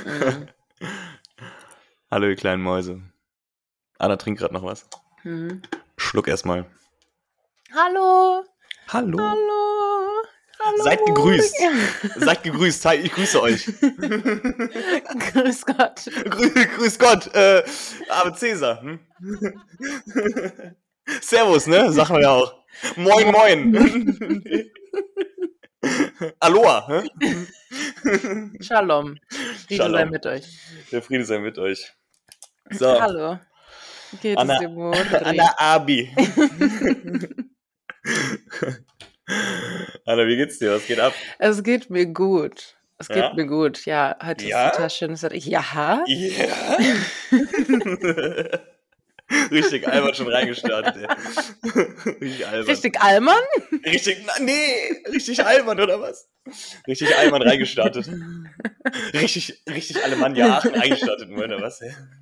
Mhm. Hallo, ihr kleinen Mäuse. Anna trinkt gerade noch was. Mhm. Schluck erstmal. Hallo. Hallo. Hallo. Hallo. Seid gegrüßt. Seid gegrüßt. Hi, ich grüße euch. Grüß Gott. Grüß Gott. Ave Cäsar. Servus, ne? Sagen wir ja auch. Moin, moin. Aloha. Shalom. Friede sei Shalom. mit euch. Der Friede sei mit euch. So. Hallo. Geht Anna, es dir wohl? Anna Abi. Anna, wie geht's dir? Was geht ab? Es geht mir gut. Es Ja? geht mir gut. Ja, heute Ja? ist total schönes Wetter. Ja? Ja. Richtig albern schon reingestartet, ey. Richtig albern. Richtig Allmann? Richtig albern, oder was? Richtig albern reingestartet. Richtig Alemannia Aachen eingestartet, oder was?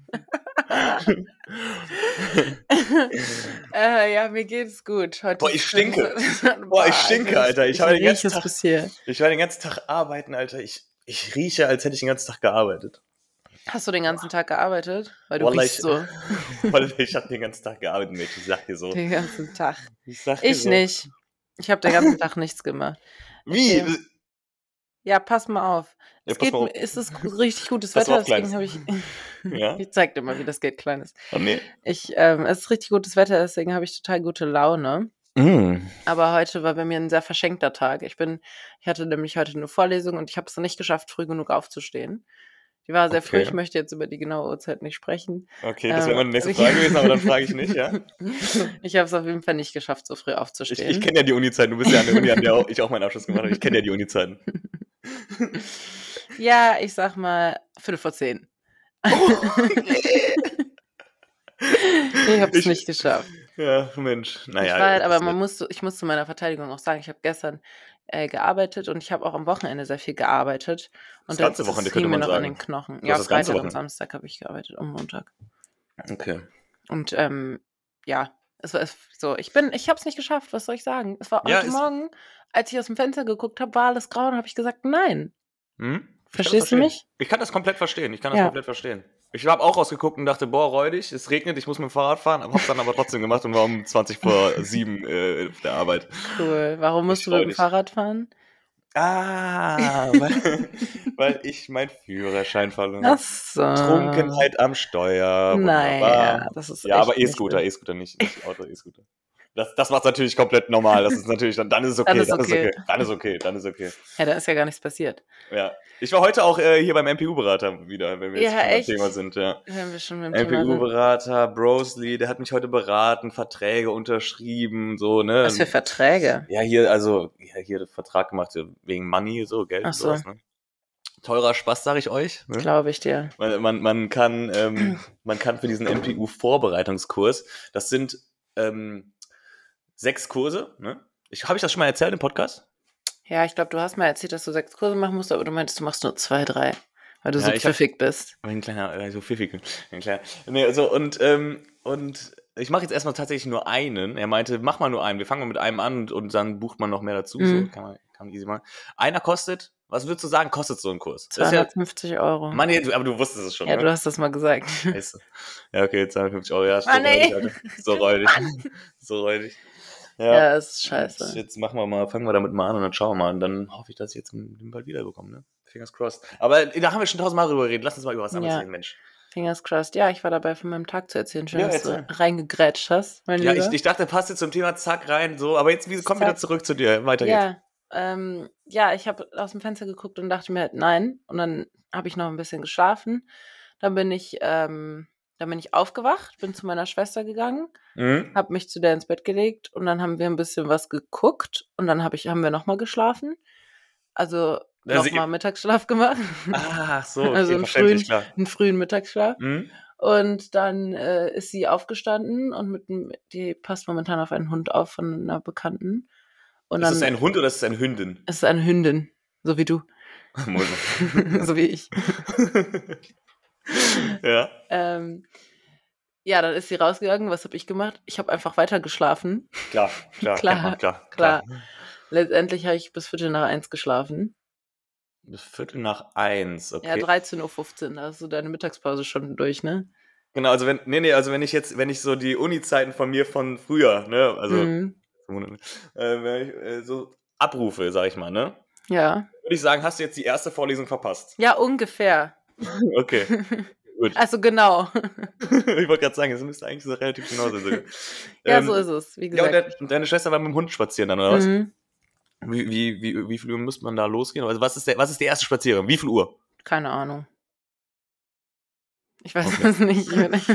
Ja, mir geht's gut. Heute Boah, ich stinke. Boah, ich stinke, Alter. Ich war den ganzen Tag arbeiten, Alter. Ich rieche, als hätte ich den ganzen Tag gearbeitet. Hast du den ganzen Tag gearbeitet? Weil du Wallah, riechst so. Ich habe den ganzen Tag gearbeitet, Mädchen. Ich sag dir so. Den ganzen Tag. Ich so. Nicht. Ich habe den ganzen Tag nichts gemacht. Wie? Okay. Ja, pass mal auf. Ja, Es ist richtig gutes Pass mal Wetter, auf, Kleines. deswegen habe ich. Ja? Ich zeig dir mal, wie das geht, Kleines. Oh, nee. Es ist richtig gutes Wetter, deswegen habe ich total gute Laune. Aber heute war bei mir ein sehr verschenkter Tag. Ich hatte nämlich heute eine Vorlesung und ich habe es nicht geschafft, früh genug aufzustehen. Die war sehr früh, ich möchte jetzt über die genaue Uhrzeit nicht sprechen. Okay, das wäre meine nächste Frage gewesen, aber dann frage ich nicht, ja? Ich habe es auf jeden Fall nicht geschafft, so früh aufzustehen. Ich kenne ja die Uni-Zeiten, du bist ja an der Uni, an der ich auch meinen Abschluss gemacht habe. Ich kenne ja die Uni-Zeiten. Ja, ich sag mal 5:45. Ich habe es nicht geschafft. Ja, Mensch. Naja. Ich muss zu meiner Verteidigung auch sagen, ich habe gestern gearbeitet und ich habe auch am Wochenende sehr viel gearbeitet. Und das ganze Wochenende könnte mir man noch sagen. an den Knochen. Du Ja, hast das ganze Freitag und Wochenende. Samstag habe ich gearbeitet und Montag. Okay. Und ja, es war so, ich habe es nicht geschafft, was soll ich sagen? Es war heute Morgen, als ich aus dem Fenster geguckt habe, war alles grau und habe ich gesagt, nein. Verstehst du mich? Ich kann das komplett verstehen. Ich habe auch rausgeguckt und dachte, boah, räudig, es regnet, ich muss mit dem Fahrrad fahren, hab's dann aber trotzdem gemacht und war um 20:07 auf der Arbeit. Cool. Warum musst du mit dem Fahrrad fahren? Weil ich meinen Führerschein verloren habe. Ach so. Trunkenheit am Steuer. Naja, das ist ja, aber E-Scooter nicht Auto, E-Scooter. Das macht natürlich komplett normal. Das ist natürlich dann ist es okay. Dann ist okay. Ja, da ist ja gar nichts passiert. Ja. Ich war heute auch hier beim MPU-Berater wieder, wenn wir jetzt schon beim Thema sind. Ja. Wenn wir schon beim Thema sind. MPU-Berater, Brosley, der hat mich heute beraten, Verträge unterschrieben, so, ne? Was für Verträge? Ja, hier den Vertrag gemacht, wegen Money, so, Geld und sowas, ne? Teurer Spaß, sag ich euch. Ne? Glaube ich dir. Man kann für diesen MPU-Vorbereitungskurs, das sind 6 Kurse, ne? Habe ich das schon mal erzählt im Podcast? Ja, ich glaube, du hast mal erzählt, dass du 6 Kurse machen musst, aber du meintest, du machst nur 2, 3, weil du so pfiffig bist. Ein kleiner, so pfiffig. Nee, also, und ich mache jetzt erstmal tatsächlich nur einen. Er meinte, mach mal nur einen. Wir fangen mal mit einem an und dann bucht man noch mehr dazu. So, kann man easy machen. Einer kostet, was würdest du sagen, kostet so ein Kurs? 250 Euro. Mann, aber du wusstest es schon, ja, ne? Du hast das mal gesagt. Scheiße. Ja, okay, 250 Euro, ja. So räudig. Ja, ist scheiße. Jetzt fangen wir damit mal an und dann schauen wir mal. Und dann hoffe ich, dass ich jetzt bald wiederbekomme, ne? Fingers crossed. Aber da haben wir schon 1000-mal drüber geredet. Lass uns mal über was anderes reden, Mensch. Fingers crossed. Ja, ich war dabei, von meinem Tag zu erzählen. Schön, dass du reingegrätscht hast, mein Lieber. Ja, ich dachte, passt jetzt zum Thema zack rein, so. Aber jetzt kommen wir wieder zurück zu dir. Weiter geht's. Ja, ich habe aus dem Fenster geguckt und dachte mir halt nein. Und dann habe ich noch ein bisschen geschlafen. Dann bin ich aufgewacht, bin zu meiner Schwester gegangen, habe mich zu der ins Bett gelegt und dann haben wir ein bisschen was geguckt und dann haben wir nochmal geschlafen. Also nochmal Mittagsschlaf gemacht. Ach so, okay, also einen frühen Mittagsschlaf. Und dann ist sie aufgestanden und die passt momentan auf einen Hund auf von einer Bekannten. Und ist es ein Hund oder ist es eine Hündin? Es ist eine Hündin, so wie du. So wie ich. Ja. Ja, dann ist sie rausgegangen. Was habe ich gemacht? Ich habe einfach weiter geschlafen. Klar. Letztendlich habe ich bis 1:15 geschlafen. Bis 1:15, Ja, okay. 13:15 Uhr, da hast du deine Mittagspause schon durch, ne? Genau, also wenn ich so die Uni-Zeiten von mir von früher, ne, also wenn ich so abrufe, sag ich mal, ne, Ja. würde ich sagen, hast du jetzt die erste Vorlesung verpasst. Ja, ungefähr. Okay, gut. Also genau. Ich wollte gerade sagen, das müsste eigentlich so relativ genau sein sogar. Ja, so ist es, wie Ja, gesagt. und deine Schwester war mit dem Hund spazieren dann, oder was? Wie viel Uhr müsste man da losgehen? Also was ist der erste Spaziergang? Wie viel Uhr? Keine Ahnung. Ich weiß Okay. es nicht.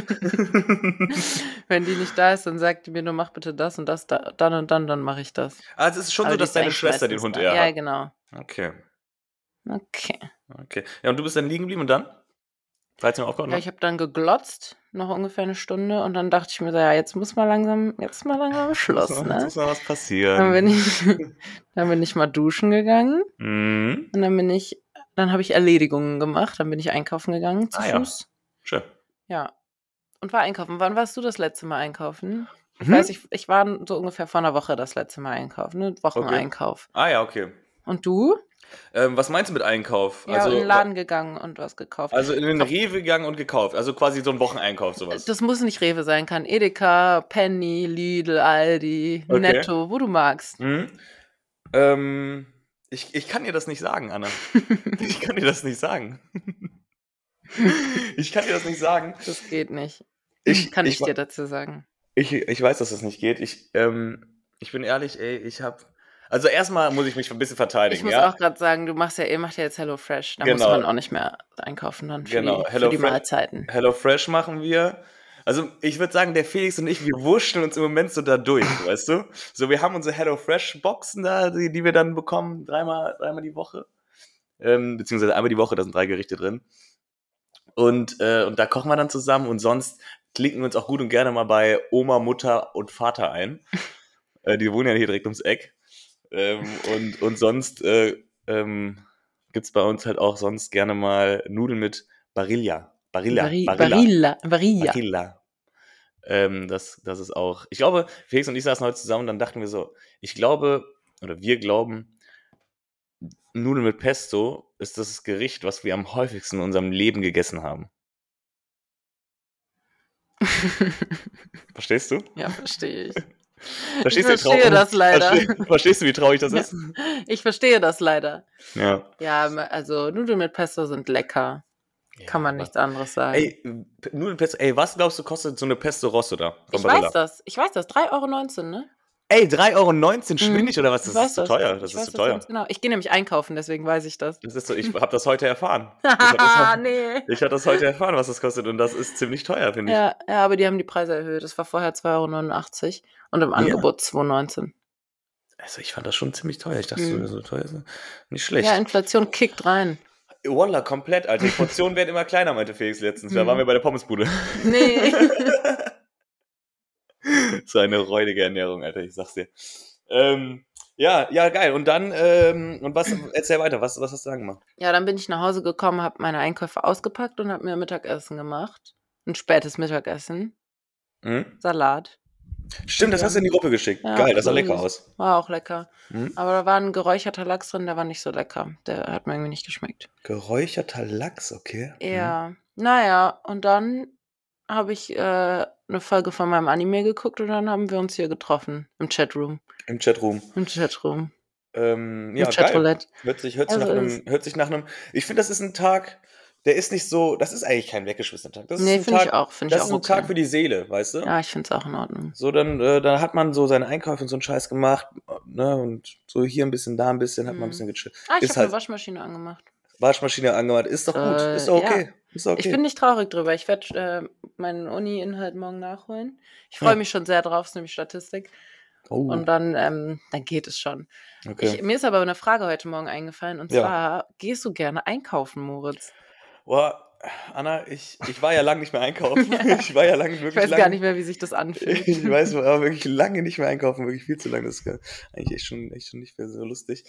Wenn die nicht da ist, dann sagt die mir nur, mach bitte das und das, dann und dann mache ich das. Also es ist schon Aber so, die dass ist deine eigentlich Schwester den meistens Hund da. eher Ja, hat. genau. Okay. Okay. Ja, und du bist dann liegen geblieben und dann? 13 Uhr aufgehört, Ja, ne? ich habe dann geglotzt, noch ungefähr 1 Stunde und dann dachte ich mir so, ja, jetzt muss mal langsam Schluss, Jetzt ne? muss mal was Dann passieren. bin ich mal duschen gegangen Mhm. und dann habe ich Erledigungen gemacht, dann bin ich einkaufen gegangen zu Ja. Fuß. Schön. Ja. Und war einkaufen. Wann warst du das letzte Mal einkaufen? Ich weiß, ich war so ungefähr vor 1 Woche das letzte Mal einkaufen, ne? Okay. Wocheneinkauf. Ja, okay. Und du? Was meinst du mit Einkauf? Ja, in den Laden gegangen und was gekauft. Also in den Rewe gegangen und gekauft. Also quasi so ein Wocheneinkauf, sowas. Das muss nicht Rewe sein, kann Edeka, Penny, Lidl, Aldi, Okay. Netto, wo du magst. Ich kann dir das nicht sagen, Anna. Ich kann dir das nicht sagen. Das geht nicht. Ich Kann ich dir dazu sagen. Ich weiß, dass das nicht geht. Ich bin ehrlich, ey, also erstmal muss ich mich ein bisschen verteidigen, Ich muss ja? auch gerade sagen, ihr macht ja jetzt HelloFresh. Da muss Genau. man auch nicht mehr einkaufen dann für Genau, die Mahlzeiten. HelloFresh machen wir. Also ich würde sagen, der Felix und ich, wir wurschteln uns im Moment so da durch, weißt du? So, wir haben unsere HelloFresh-Boxen da, die wir dann bekommen, dreimal die Woche. Beziehungsweise einmal die Woche, da sind 3 Gerichte drin. Und da kochen wir dann zusammen und sonst klinken wir uns auch gut und gerne mal bei Oma, Mutter und Vater ein. Die wohnen ja hier direkt ums Eck. Und sonst gibt's bei uns halt auch sonst gerne mal Nudeln mit Barilla. Barilla. Das ist auch. Ich glaube, Felix und ich saßen heute zusammen und dann dachten wir so, wir glauben, Nudeln mit Pesto ist das Gericht, was wir am häufigsten in unserem Leben gegessen haben. Verstehst du? Ja, verstehe ich. Ich verstehe das leider. Verstehst du, wie traurig das ist? Ich verstehe das leider. Ja. Ja, also Nudeln mit Pesto sind lecker. Kann man nichts anderes sagen. Ey, Nudeln Pesto, was glaubst du, kostet so eine Pesto Rosso da? Ich weiß das, 3,19 €, ne? Ey, 3,19 € schwindig oder was? Das ist zu teuer. Das ist zu teuer. Ganz genau. Ich gehe nämlich einkaufen, deswegen weiß ich das. Das ist so, ich habe das heute erfahren. Nee. Ich habe das heute erfahren, was das kostet und das ist ziemlich teuer, finde ich. Ja, aber die haben die Preise erhöht. Das war vorher 2,89 € und im Angebot 2,19 €. Also ich fand das schon ziemlich teuer. Ich dachte, so teuer ist nicht schlecht. Ja, Inflation kickt rein. Wallah, komplett, Alter. Die Portionen werden immer kleiner, meinte Felix letztens. Da waren wir bei der Pommesbude. Nee. So eine räudige Ernährung, Alter, ich sag's dir. Ja, geil. Und dann, erzähl weiter, was hast du dann gemacht? Ja, dann bin ich nach Hause gekommen, habe meine Einkäufe ausgepackt und habe mir Mittagessen gemacht. Ein spätes Mittagessen. Salat. Stimmt, das hast du in die Gruppe geschickt. Ja, geil, das sah lecker aus. War auch lecker. Aber da war ein geräucherter Lachs drin, der war nicht so lecker. Der hat mir irgendwie nicht geschmeckt. Geräucherter Lachs, okay. Ja, naja, und dann habe ich eine Folge von meinem Anime geguckt und dann haben wir uns hier getroffen. Im Chatroom. Ja, Chatroulette. Geil. Hört sich nach einem. Ich finde, das ist ein Tag, der ist nicht so. Das ist eigentlich kein weggeschmissener Tag. Nee, finde ich auch. Das ist ein Tag für die Seele, weißt du? Ja, ich finde es auch in Ordnung. So, dann hat man so seine Einkäufe und so einen Scheiß gemacht, ne? Und so hier ein bisschen, da ein bisschen, hat man ein bisschen gechillt. Ich habe eine Waschmaschine angemacht. Ist doch gut. Ist doch okay. Ja. Ich bin nicht traurig drüber. Ich werde meinen Uni-Inhalt morgen nachholen. Ich freue mich schon sehr drauf, es ist nämlich Statistik. Oh. Und dann geht es schon. Okay. Mir ist aber eine Frage heute Morgen eingefallen. Und zwar, gehst du gerne einkaufen, Moritz? Boah, Anna, ich war ja lange nicht mehr einkaufen. Ich weiß gar nicht mehr, wie sich das anfühlt. Ich weiß aber wirklich lange nicht mehr einkaufen. Wirklich viel zu lange. Das ist eigentlich echt schon nicht mehr so lustig.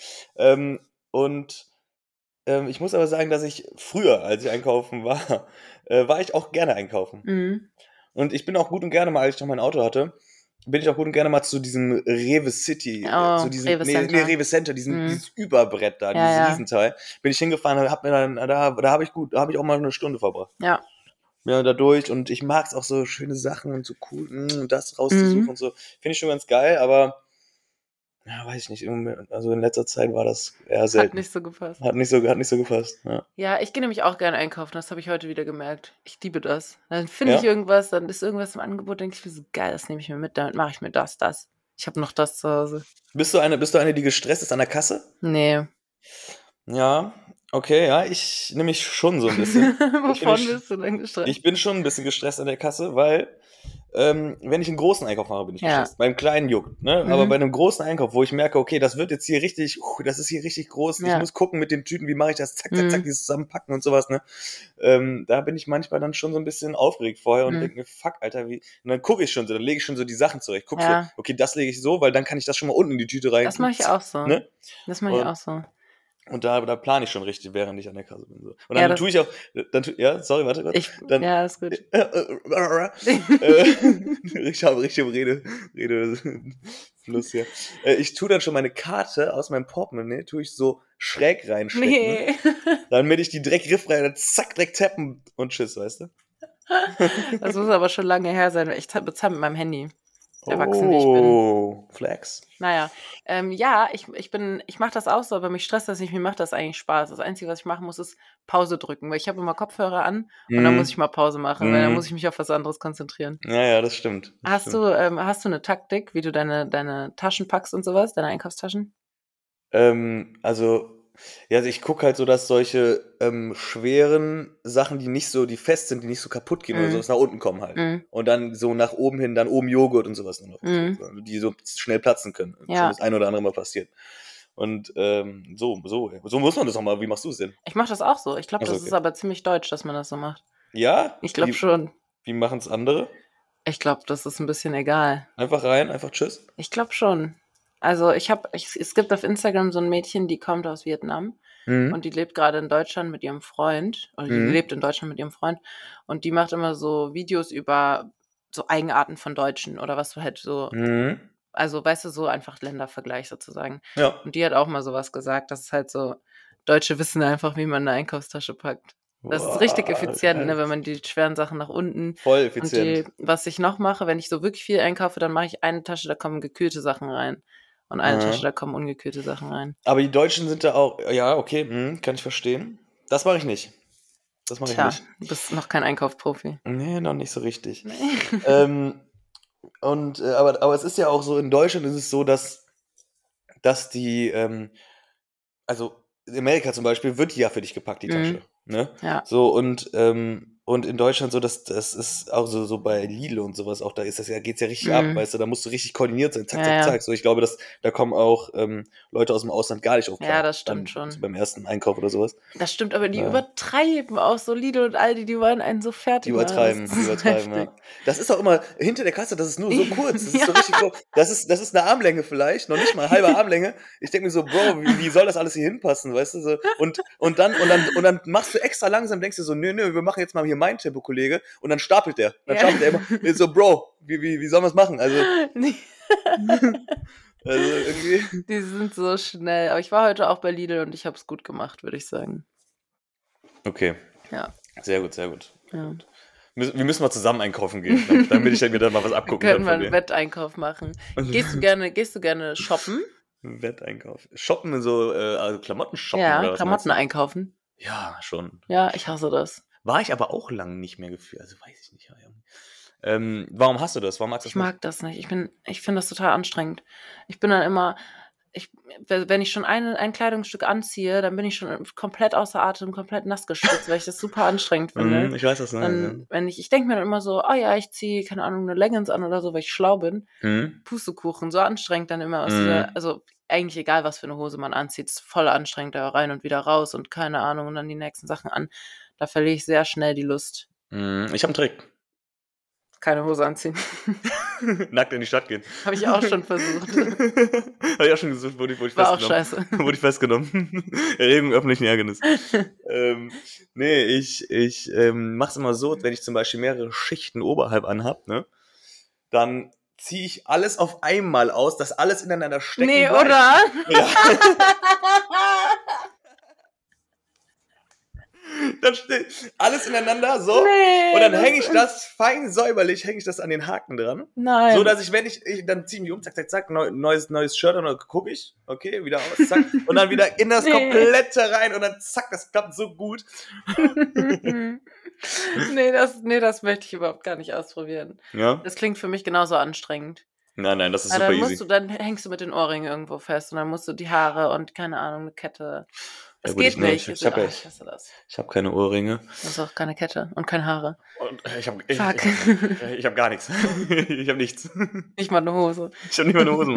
Ich muss aber sagen, dass ich früher, als ich einkaufen war, war ich auch gerne einkaufen. Und ich bin auch gut und gerne mal, als ich noch mein Auto hatte, bin ich auch gut und gerne mal zu diesem Rewe City, zu diesem, Rewe Center. Rewe Center, dieses Überbrett da, Ja, dieses ja. Riesenteil. Bin ich hingefahren, hab mir dann, da habe ich auch mal eine Stunde verbracht. Ja. Ja, da durch und ich mag es auch so schöne Sachen und so cool, und das rauszusuchen und so. Finde ich schon ganz geil, aber ja, weiß ich nicht. Also in letzter Zeit war das eher selten. Hat nicht so gepasst. Hat nicht so gepasst. Ja, Ja, ich gehe nämlich auch gerne einkaufen. Das habe ich heute wieder gemerkt. Ich liebe das. Dann finde ich irgendwas, dann ist irgendwas im Angebot, denke ich mir so, geil, das nehme ich mir mit, damit mache ich mir das. Ich habe noch das zu Hause. Bist du eine, die gestresst ist an der Kasse? Nee. Ja, okay, ja, ich nehme mich schon so ein bisschen. Wovon bist du denn gestresst? Ich bin schon ein bisschen gestresst an der Kasse, weil wenn ich einen großen Einkauf mache, bin ich gestresst. Beim kleinen juckt, ne? Aber bei einem großen Einkauf, wo ich merke, okay, das wird jetzt hier richtig, das ist hier richtig groß. Ich muss gucken mit den Tüten, wie mache ich das, zack, zack, zack, dieses Zusammenpacken und sowas, ne? Da bin ich manchmal dann schon so ein bisschen aufgeregt vorher und denke mir, fuck, Alter, wie. Und dann gucke ich schon so, dann lege ich schon so die Sachen zurecht. Guck so, okay, das lege ich so, weil dann kann ich das schon mal unten in die Tüte rein. Das mache ich auch so. Ne? Das mache ich auch so. Und da plane ich schon richtig, während ich an der Kasse bin. So. Und dann tue ich auch, sorry, warte kurz. Ja, ist gut. Ich habe richtig Redefluss hier. Ich tue dann schon meine Karte aus meinem Portemonnaie, tue ich so schräg reinstecken. Nee. Damit ich die direkt griffrein, zack, direkt tappen und tschüss, weißt du? Das muss aber schon lange her sein. Ich bezahle mit meinem Handy. Erwachsen, wie ich bin. Oh, Flex. Naja, ja, ich mache das auch so, aber mich stresst das nicht, mir macht das eigentlich Spaß. Das Einzige, was ich machen muss, ist Pause drücken, weil ich habe immer Kopfhörer an und dann muss ich mal Pause machen, weil dann muss ich mich auf was anderes konzentrieren. Ja, das stimmt. Hast du eine Taktik, wie du deine Taschen packst und sowas, deine Einkaufstaschen? Also ich gucke halt so, dass solche schweren Sachen, die fest sind, die nicht so kaputt gehen oder sowas, nach unten kommen halt. Und dann so nach oben hin, dann oben Joghurt und sowas noch. Die so schnell platzen können. Ja. Das ein oder andere Mal passiert. Und so muss man das auch mal. Wie machst du es denn? Ich mache das auch so. Ich glaube, das ist aber ziemlich deutsch, dass man das so macht. Ja? Ich glaube schon. Wie machen es andere? Ich glaube, das ist ein bisschen egal. Einfach rein, einfach tschüss? Ich glaube schon. Also es gibt auf Instagram so ein Mädchen, die kommt aus Vietnam und die lebt gerade in Deutschland mit ihrem Freund, oder die lebt in Deutschland mit ihrem Freund und die macht immer so Videos über so Eigenarten von Deutschen oder was halt so, also weißt du, so einfach Ländervergleich sozusagen. Ja. Und die hat auch mal sowas gesagt, dass es halt so, Deutsche wissen einfach, wie man eine Einkaufstasche packt. Das ist richtig effizient, ne, wenn man die schweren Sachen nach unten. Voll effizient. Und was ich noch mache, wenn ich so wirklich viel einkaufe, dann mache ich eine Tasche, da kommen gekühlte Sachen rein. Und eine Tasche, da kommen ungekühlte Sachen rein. Aber die Deutschen sind da auch, ja, okay, kann ich verstehen. Das mache ich nicht. Das mache ich nicht. Du bist noch kein Einkaufsprofi. Nee, noch nicht so richtig. Nee. Aber es ist ja auch so, in Deutschland ist es so, dass die, also in Amerika zum Beispiel wird die ja für dich gepackt, die Tasche. Ne? Ja. So, und in Deutschland so, das ist auch so bei Lidl und sowas, auch da geht's ja richtig ab, weißt du, da musst du richtig koordiniert sein, zack, zack, zack. So, ich glaube, da kommen auch Leute aus dem Ausland gar nicht auf klar. Ja, das stimmt schon. So beim ersten Einkauf oder sowas. Das stimmt, aber die übertreiben auch so, Lidl und Aldi, die wollen einen so fertig machen. Die übertreiben, ja. Das ist auch immer, hinter der Kasse, das ist nur so kurz, das ist so richtig so, das ist eine Armlänge vielleicht, noch nicht mal eine halbe Armlänge. Ich denke mir so, Bro, wie soll das alles hier hinpassen, weißt du, so, und dann machst du extra langsam, denkst du so, nö, wir machen jetzt mal hier mein Tempo, Kollege, und dann stapelt der. Stapelt er immer so, Bro, wie sollen wir es machen? Also, also irgendwie. Die sind so schnell. Aber ich war heute auch bei Lidl und ich habe es gut gemacht, würde ich sagen. Okay. Ja. Sehr gut, sehr gut. Ja. Wir müssen mal zusammen einkaufen gehen, damit ich mir dann mal was abgucken kann. Können wir einen Wetteinkauf machen. Gehst du gerne shoppen? Wetteinkauf. Shoppen, so, also Klamotten shoppen? Ja, oder was Klamotten einkaufen. Ja, schon. Ja, ich hasse das. War ich aber auch lange nicht mehr gefühlt. Also weiß ich nicht. Warum hast du das? Warum magst du das nicht? Ich mag das nicht. Ich finde das total anstrengend. Ich bin dann immer, wenn ich schon ein Kleidungsstück anziehe, dann bin ich schon komplett außer Atem, komplett nass geschwitzt, weil ich das super anstrengend finde. Ich weiß das nicht. Ich denke mir dann immer so, oh ja, ich ziehe, keine Ahnung, eine Leggings an oder so, weil ich schlau bin. Pustekuchen, so anstrengend dann immer aus also eigentlich egal, was für eine Hose man anzieht, ist voll anstrengend, da rein und wieder raus und keine Ahnung und dann die nächsten Sachen an. Da verliere ich sehr schnell die Lust. Ich habe einen Trick. Keine Hose anziehen. Nackt in die Stadt gehen. Habe ich auch schon versucht. Habe ich auch schon gesucht, wurde ich War festgenommen. auch scheiße. Wurde ich festgenommen. Erregung öffentlichen Ärgernis. Nee, ich mache es immer so, wenn ich zum Beispiel mehrere Schichten oberhalb anhab, ne, dann ziehe ich alles auf einmal aus, dass alles ineinander stecken Nee, bleibt. oder? Ja. Dann steht alles ineinander so. Nee, und dann hänge ich das fein säuberlich, hänge ich das an den Haken dran. Nein. So, dass ich, wenn ich dann ziehe ich mich um, zack, zack, zack, neues Shirt und dann gucke ich, okay, wieder aus, zack. Und dann wieder in das Komplette rein und dann zack, das klappt so gut. Nee, das möchte ich überhaupt gar nicht ausprobieren. Ja? Das klingt für mich genauso anstrengend. Nein, das ist Aber super dann easy. dann hängst du mit den Ohrringen irgendwo fest und dann musst du die Haare und keine Ahnung, eine Kette. Das gut, geht nicht. Ich hasse das. Ich habe keine Ohrringe. Das ist auch keine Kette und keine Haare. Und ich habe Fuck. gar nichts. Ich habe nichts. Nicht mal eine Hose. Ich habe nicht mal eine Hose,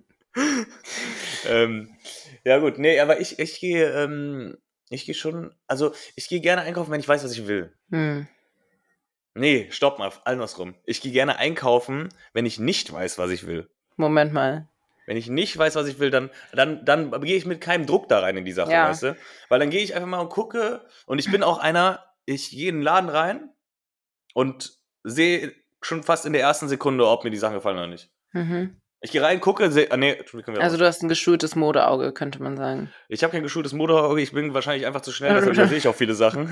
Mann. Ja gut, nee, aber ich gehe schon, also ich gehe gerne einkaufen, wenn ich weiß, was ich will. Nee, stopp mal, andersrum. Ich gehe gerne einkaufen, wenn ich nicht weiß, was ich will. Moment mal. Wenn ich nicht weiß, was ich will, dann gehe ich mit keinem Druck da rein in die Sache, weißt du? Weil dann gehe ich einfach mal und gucke und ich bin auch ich gehe in den Laden rein und sehe schon fast in der ersten Sekunde, ob mir die Sachen gefallen oder nicht. Ich gehe rein, gucke, also du hast ein geschultes Modeauge, könnte man sagen. Ich habe kein geschultes Modeauge, ich bin wahrscheinlich einfach zu schnell, deshalb sehe ich auch viele Sachen.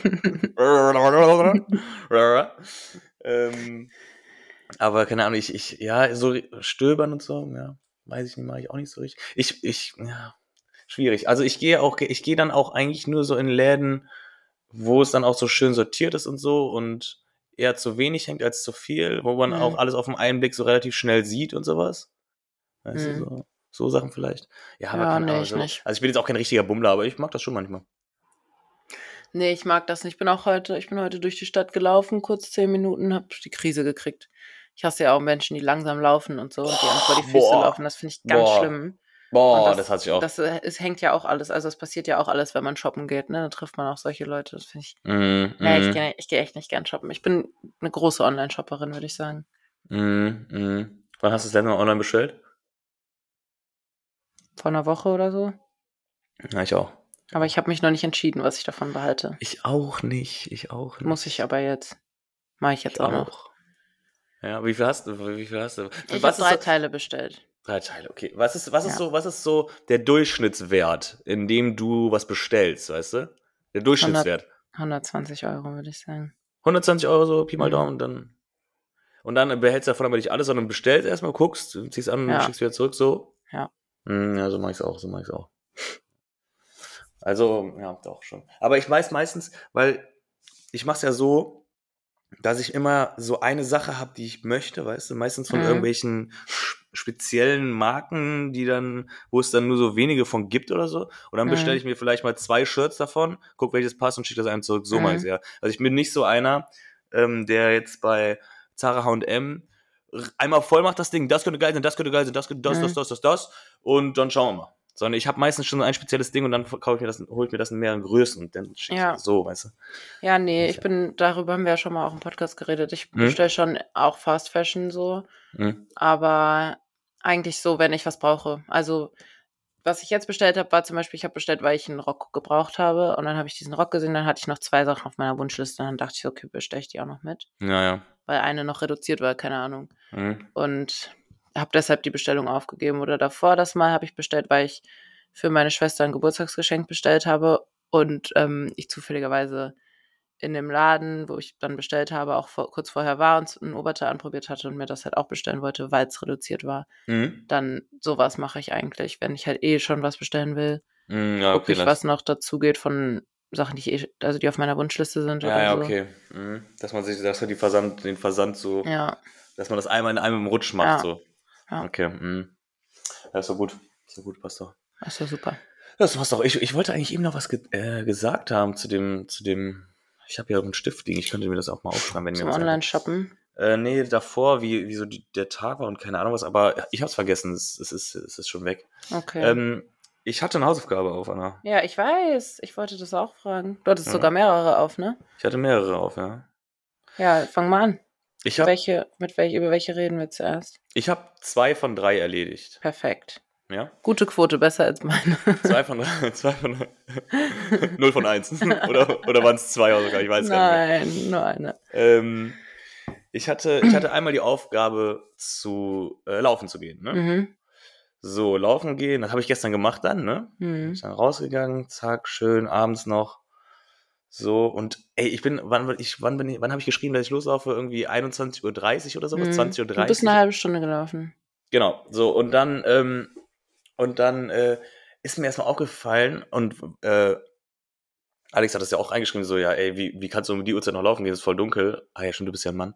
Aber keine Ahnung, so stöbern und so, ja, weiß ich nicht, mache ich auch nicht so richtig. Schwierig. Also ich gehe dann auch eigentlich nur so in Läden, wo es dann auch so schön sortiert ist und so und eher zu wenig hängt als zu viel, wo man auch alles auf den einen Blick so relativ schnell sieht und sowas. Weißt du, so Sachen vielleicht. Ja, aber keine Ahnung. Nicht. Also ich bin jetzt auch kein richtiger Bummler, aber ich mag das schon manchmal. Nee, ich mag das nicht. Ich bin heute durch die Stadt gelaufen, kurz 10 Minuten, hab die Krise gekriegt. Ich hasse ja auch Menschen, die langsam laufen und so und die einem vor die Füße laufen. Das finde ich ganz schlimm. Das hasse ich auch. Es hängt ja auch alles, also es passiert ja auch alles, wenn man shoppen geht, ne? Da trifft man auch solche Leute. Das finde ich. Ich gehe echt nicht gern shoppen. Ich bin eine große Online-Shopperin, würde ich sagen. Wann hast du das letzte Mal online bestellt? Vor einer Woche oder so. Ja, ich auch. Aber ich habe mich noch nicht entschieden, was ich davon behalte. Ich auch nicht. Muss ich aber jetzt. Mache ich jetzt auch noch. Ja, wie viel hast du? Ich habe 3 Teile bestellt. 3 Teile, okay. Was ist so der Durchschnittswert, in dem du was bestellst, weißt du? Der Durchschnittswert. 120 €, würde ich sagen. 120 € so, Pi mal Daumen, und dann behältst du davon aber nicht alles, sondern bestellst erstmal, guckst, ziehst an und schickst wieder zurück, so. Ja. Ja, so mach ich's auch. Also, ja, doch schon. Aber ich weiß meistens, weil ich mach's ja so, dass ich immer so eine Sache habe, die ich möchte, weißt du, meistens von irgendwelchen speziellen Marken, wo es dann nur so wenige von gibt oder so. Und dann bestelle ich mir vielleicht mal 2 Shirts davon, guck, welches passt und schicke das einem zurück. So mache ich's ja. Also ich bin nicht so einer, der jetzt bei Zara H&M einmal voll macht das Ding, das könnte geil sein, das könnte geil sein, das könnte das und dann schauen wir mal. Sondern ich habe meistens schon ein spezielles Ding und dann hole ich mir das in mehreren Größen und dann schicke ich das so, weißt du. Ja, nee, darüber haben wir ja schon mal auch im Podcast geredet. Ich bestelle schon auch Fast Fashion so, aber eigentlich so, wenn ich was brauche. Also, was ich jetzt bestellt habe, war zum Beispiel, ich habe bestellt, weil ich einen Rock gebraucht habe und dann habe ich diesen Rock gesehen, dann hatte ich noch 2 Sachen auf meiner Wunschliste und dann dachte ich, okay, bestelle ich die auch noch mit. Ja. Weil eine noch reduziert war, keine Ahnung. Und habe deshalb die Bestellung aufgegeben. Oder davor das Mal habe ich bestellt, weil ich für meine Schwester ein Geburtstagsgeschenk bestellt habe und ich zufälligerweise in dem Laden, wo ich dann bestellt habe, auch kurz vorher war und ein Oberteil anprobiert hatte und mir das halt auch bestellen wollte, weil es reduziert war. Dann sowas mache ich eigentlich, wenn ich halt schon was bestellen will. Gucke ich, was noch dazu geht von Sachen, die auf meiner Wunschliste sind oder so. Okay. Dass man den Versand so, dass man das einmal in einem Rutsch macht, so. Ja. Okay. Ja, ist doch gut. Passt doch. Ist doch super. Das passt doch. Ich wollte eigentlich eben noch was gesagt haben zu dem. Ich habe ja einen Stift liegen. Ich könnte mir das auch mal aufschreiben, wenn zum Online-Shoppen. Nee, davor, wie so der Tag war und keine Ahnung was, aber ich hab's vergessen. Es ist schon weg. Okay. Ich hatte eine Hausaufgabe auf, Anna. Ja, ich weiß. Ich wollte das auch fragen. Du hattest sogar mehrere auf, ne? Ich hatte mehrere auf, ja. Ja, fang mal an. Über welche reden wir zuerst? Ich habe 2 von 3 erledigt. Perfekt. Ja? Gute Quote, besser als meine. 2 von 3. 0 von 1. Oder waren es 2 sogar? Ich weiß gar nicht. Nein, nur eine. ich hatte einmal die Aufgabe, zu laufen zu gehen, ne? Mhm. So, laufen gehen, das habe ich gestern gemacht dann, ne? Bin ich dann rausgegangen, zack, schön, abends noch. So, und ey, wann habe ich geschrieben, dass ich loslaufe? Irgendwie 21:30 oder sowas? 20:30 Du bist eine halbe Stunde gelaufen. Genau, so, und dann ist mir erstmal aufgefallen und Alex hat das ja auch reingeschrieben, so, ja, ey, wie kannst du um die Uhrzeit noch laufen gehen? Es ist voll dunkel. Ah ja, stimmt, du bist ja ein Mann.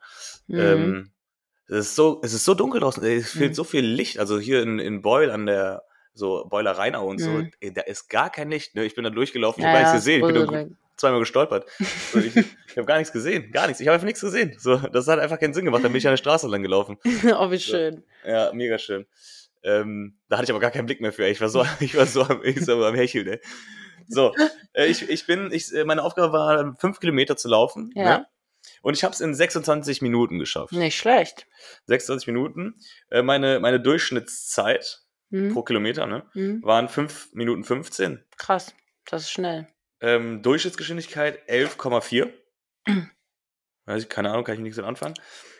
Es ist so dunkel draußen, ey, es fehlt so viel Licht. Also hier in Beul an der, so Beuler Rheinau und so, ey, da ist gar kein Licht. Ne? Ich bin da durchgelaufen, ich habe gar nichts gesehen. Ich bin nur zweimal gestolpert. So, ich habe gar nichts gesehen, gar nichts. Ich habe einfach nichts gesehen. So, das hat einfach keinen Sinn gemacht. Dann bin ich an der Straße lang gelaufen. Oh, wie schön. So, ja, mega schön. Da hatte ich aber gar keinen Blick mehr für. Ich war so am Hecheln, ey. So, meine Aufgabe war, 5 Kilometer zu laufen. Ja. Ne? Und ich habe es in 26 Minuten geschafft. Nicht schlecht. 26 Minuten. Meine Durchschnittszeit pro Kilometer, ne, waren 5 Minuten 15. Krass, das ist schnell. Durchschnittsgeschwindigkeit 11,4. Weiß ich, keine Ahnung, kann ich nichts mit anfangen.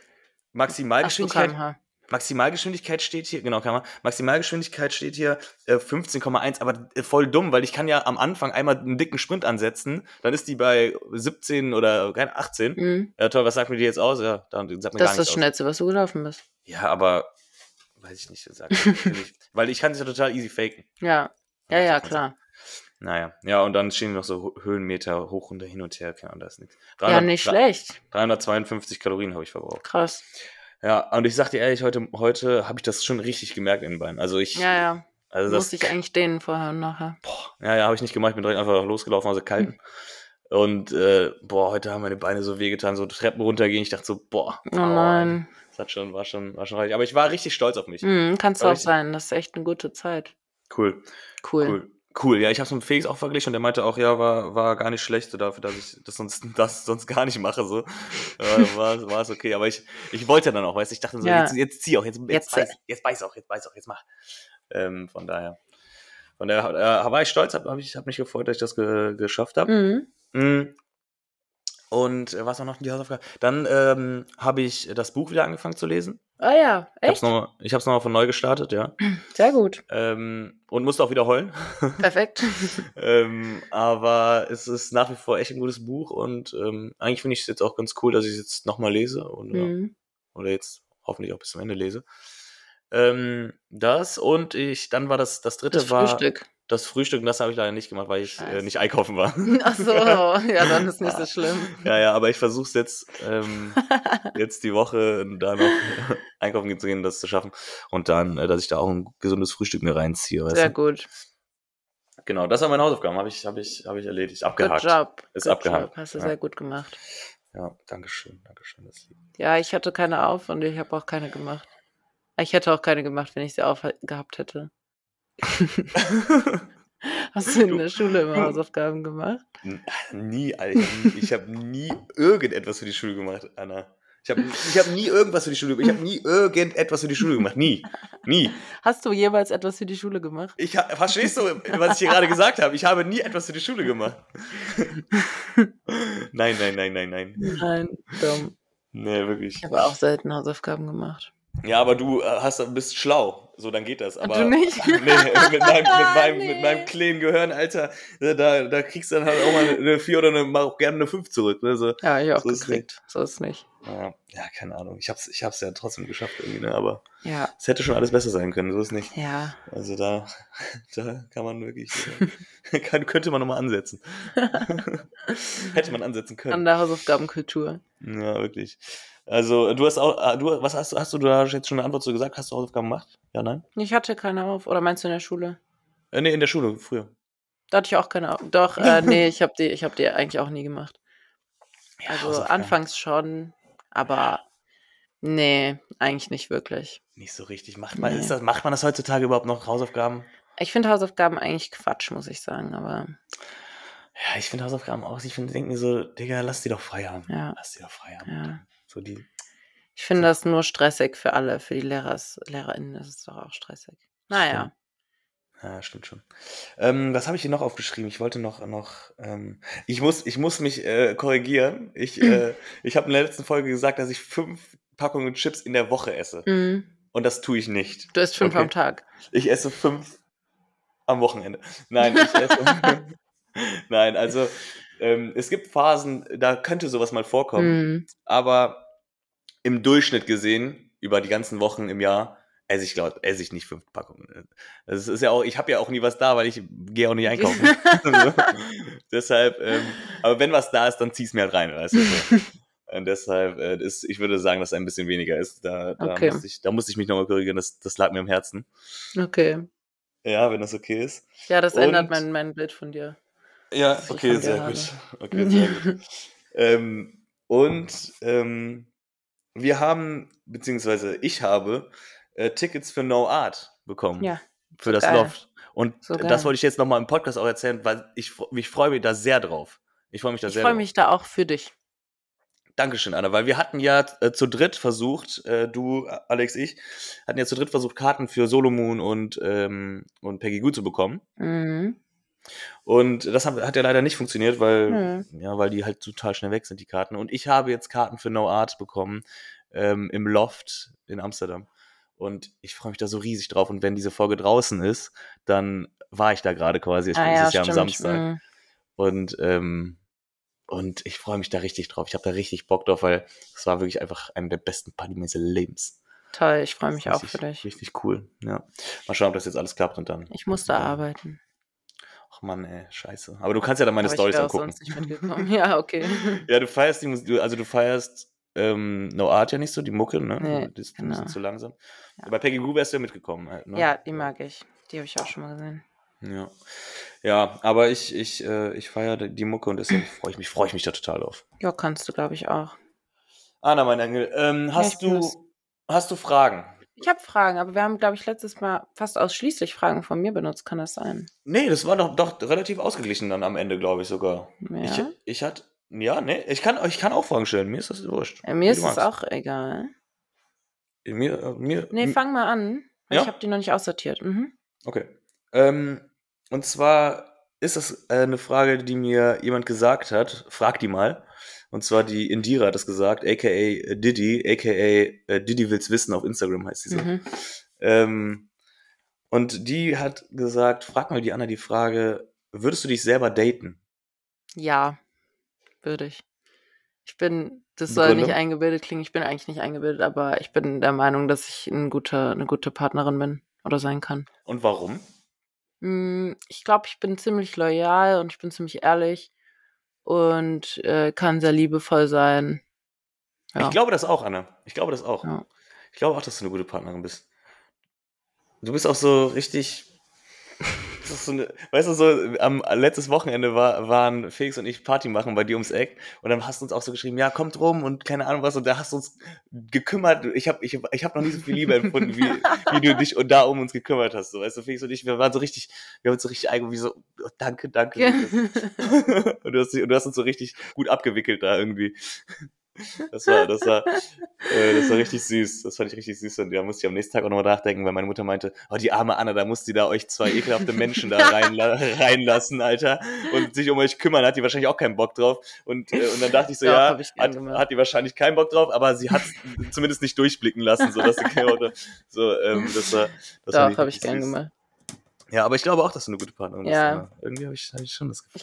Maximalgeschwindigkeit steht hier, genau, Maximalgeschwindigkeit steht hier 15,1, aber voll dumm, weil ich kann ja am Anfang einmal einen dicken Sprint ansetzen, dann ist die bei 17 oder 18. Ja, toll, was sagt mir die jetzt aus? Ja, dann sagt mir gar nichts aus. Das ist das Schnellste, was du gelaufen bist. Ja, aber weiß ich nicht, weil ich kann es ja total easy faken. Ja, klar. Naja, ja, und dann stehen noch so Höhenmeter hoch und hin und her, keine Ahnung, da ist nichts. Ja, nicht schlecht. 352 Kalorien habe ich verbraucht. Krass. Ja, und ich sag dir ehrlich, heute habe ich das schon richtig gemerkt in den Beinen. Also Ja. Also musste ich eigentlich dehnen vorher und nachher. Ja, habe ich nicht gemacht, ich bin direkt einfach losgelaufen aus der Kalten. Und heute haben meine Beine so wehgetan, so Treppen runtergehen. Ich dachte so, oh nein. Das war schon richtig. Aber ich war richtig stolz auf mich. Kannst du auch sein, das ist echt eine gute Zeit. Cool. Ja, ich habe es mit Felix auch verglichen und der meinte auch, ja, war gar nicht schlecht, so dafür, dass ich das sonst gar nicht mache, so. War es okay, aber ich wollte dann auch, weißt du, ich dachte so, jetzt zieh auch, jetzt beiß auch, jetzt mach. Von daher war ich stolz, hab mich gefreut, dass ich das geschafft habe. Und was war noch die Hausaufgabe? Dann habe ich das Buch wieder angefangen zu lesen. Ah ja, echt? Ich habe es nochmal von neu gestartet, ja. Sehr gut. Und musste auch wiederholen. Perfekt. Aber es ist nach wie vor echt ein gutes Buch und eigentlich finde ich es jetzt auch ganz cool, dass ich es jetzt nochmal lese oder jetzt hoffentlich auch bis zum Ende lese. Das und dann war das dritte das Frühstück. Das Frühstück, und das habe ich leider nicht gemacht, weil ich nicht einkaufen war. Ach so, ja, dann ist nicht so schlimm. Ja, aber ich versuche es jetzt die Woche da noch einkaufen zu gehen, das zu schaffen. Und dann, dass ich da auch ein gesundes Frühstück mir reinziehe. Sehr gut. Genau, das war meine Hausaufgaben, habe ich erledigt, abgehakt. Good job. Ist abgehakt. Hast du sehr gut gemacht. Ja, Dankeschön. Ja, ich hatte keine auf und ich habe auch keine gemacht. Ich hätte auch keine gemacht, wenn ich sie aufgehabt hätte. Hast du in der Schule immer Hausaufgaben gemacht? Nie, Alter. Ich habe nie irgendetwas für die Schule gemacht, Anna. Ich habe nie irgendwas für die Schule gemacht. Ich habe nie irgendetwas für die Schule gemacht. Nie. Hast du jemals etwas für die Schule gemacht? Verstehst du, was ich hier gerade gesagt habe? Ich habe nie etwas für die Schule gemacht. Nein. Nein, dumm. Nee, wirklich. Ich habe auch selten Hausaufgaben gemacht. Ja, aber du bist schlau, so dann geht das. Aber du nicht? Nee, mit meinem kleinen Gehirn, Alter, da kriegst du dann halt auch mal eine 4 oder auch gerne eine 5 zurück. Ne? So, ja, ich auch so gekriegt. So ist es nicht. Ja, keine Ahnung. Ich hab's ja trotzdem geschafft irgendwie, ne? Aber ja. Es hätte schon alles besser sein können, so ist es nicht. Ja. Also da kann man wirklich, könnte man nochmal ansetzen. Hätte man ansetzen können. An der Hausaufgabenkultur. Ja, wirklich. Also, hast du da jetzt schon eine Antwort zu gesagt? Hast du Hausaufgaben gemacht? Ja, nein? Ich hatte keine auf. Oder meinst du in der Schule? Nee, in der Schule, früher. Da hatte ich auch keine auf. Doch, nee, ich hab die eigentlich auch nie gemacht. Ja, also anfangs schon, aber nee, eigentlich nicht wirklich. Nicht so richtig. Macht man das heutzutage überhaupt noch, Hausaufgaben? Ich finde Hausaufgaben eigentlich Quatsch, muss ich sagen, aber... Ja, ich finde Hausaufgaben auch. Ich denke mir so, Digga, lass die doch frei haben. Ja. Lass die doch frei haben. Ja. So die... Ich finde das nur stressig für alle. Für die LehrerInnen ist es doch auch stressig. Naja. Ja, stimmt schon. Was habe ich hier noch aufgeschrieben? Ich wollte noch ich muss mich korrigieren. Ich habe in der letzten Folge gesagt, dass ich 5 Packungen Chips in der Woche esse. Mhm. Und das tue ich nicht. Du isst 5 am Tag. Ich esse 5 am Wochenende. Nein, Nein, also es gibt Phasen, da könnte sowas mal vorkommen. Aber im Durchschnitt gesehen, über die ganzen Wochen im Jahr, esse ich nicht 5 Packungen. Das ist ja auch, ich habe ja auch nie was da, weil ich gehe auch nicht einkaufen. Deshalb, aber wenn was da ist, dann zieh es mir halt rein, weißt du? So. Und deshalb, ich würde sagen, dass es ein bisschen weniger ist. Da musste ich mich nochmal korrigieren, das lag mir am Herzen. Okay. Ja, wenn das okay ist. Ja, das ändert mein Bild von dir. Ja, okay, sehr gut. Okay, sehr gut. Wir haben, beziehungsweise ich habe Tickets für No Art bekommen. Ja. Für das Loft. Und das wollte ich jetzt nochmal im Podcast auch erzählen, weil ich freue mich da sehr drauf. Ich freue mich da auch für dich. Dankeschön, Anna, weil wir hatten ja zu dritt versucht, du, Alex, ich, hatten ja zu dritt versucht, Karten für Solomon und Peggy Goo zu bekommen. Mhm. Und das hat ja leider nicht funktioniert, weil die halt total schnell weg sind, die Karten. Und ich habe jetzt Karten für No Art bekommen im Loft in Amsterdam. Und ich freue mich da so riesig drauf. Und wenn diese Folge draußen ist, dann war ich da gerade quasi. Ich bin dieses Jahr am Samstag. Und ich freue mich da richtig drauf. Ich habe da richtig Bock drauf, weil es war wirklich einfach eine der besten Partys meines Lebens. Toll, ich freue mich auch für dich. Richtig cool, ja. Mal schauen, ob das jetzt alles klappt und dann. Ich muss da arbeiten. Ach Mann, ey, scheiße. Aber du kannst ja dann meine Storys angucken. Sonst nicht mitgekommen. Ja, okay. Ja, du feierst No Art ja nicht so, die Mucke, ne? Nee, die ist ein bisschen zu langsam. Ja. Bei Peggy Goo wärst du ja mitgekommen halt, ne? Ja, die mag ich. Die habe ich auch schon mal gesehen. Ja, aber ich feiere die Mucke und deswegen freue ich mich da total drauf. Ja, kannst du, glaube ich, auch. Anna, mein Engel, hast du Fragen? Ich habe Fragen, aber wir haben, glaube ich, letztes Mal fast ausschließlich Fragen von mir benutzt. Kann das sein? Nee, das war doch relativ ausgeglichen dann am Ende, glaube ich sogar. Ja? Ich kann auch Fragen stellen. Mir ist das wurscht. Mir ist es auch egal. Nee, fang mal an. Weil ich habe die noch nicht aussortiert. Mhm. Okay. Und zwar ist das eine Frage, die mir jemand gesagt hat. Frag die mal. Und zwar die Indira hat das gesagt, a.k.a. Diddy, a.k.a. Diddy will's wissen, auf Instagram heißt sie so. Und die hat gesagt, frag mal die Anna die Frage, würdest du dich selber daten? Ja, würde ich. Das soll nicht eingebildet klingen, ich bin eigentlich nicht eingebildet, aber ich bin der Meinung, dass ich eine gute Partnerin bin oder sein kann. Und warum? Ich glaube, ich bin ziemlich loyal und ich bin ziemlich ehrlich und kann sehr liebevoll sein. Ja. Ich glaube das auch, Anna. Ich glaube das auch. Ja. Ich glaube auch, dass du eine gute Partnerin bist. Du bist auch so richtig... weißt du, so am letztes Wochenende waren Felix und ich Party machen bei dir ums Eck und dann hast du uns auch so geschrieben, ja, kommt rum und keine Ahnung was und da hast du uns gekümmert. Ich hab noch nie so viel Liebe empfunden, wie du dich und da um uns gekümmert hast. So, weißt du, Felix und ich, wir haben uns so richtig irgendwie so, oh, danke. Und du hast uns so richtig gut abgewickelt da irgendwie. Das war richtig süß. Das fand ich richtig süß. Und da musste ich am nächsten Tag auch nochmal nachdenken, weil meine Mutter meinte, oh, die arme Anna, da muss die da euch 2 ekelhafte Menschen da reinlassen, Alter. Und sich um euch kümmern, hat die wahrscheinlich auch keinen Bock drauf. Und dann dachte ich so, ja, hat die wahrscheinlich keinen Bock drauf, aber sie hat es zumindest nicht durchblicken lassen, sodass sie keinen Bock drauf. So, das habe ich gern gemacht. Ja, aber ich glaube auch, dass du eine gute Partnerin bist. Ja. Irgendwie habe ich schon das Gefühl.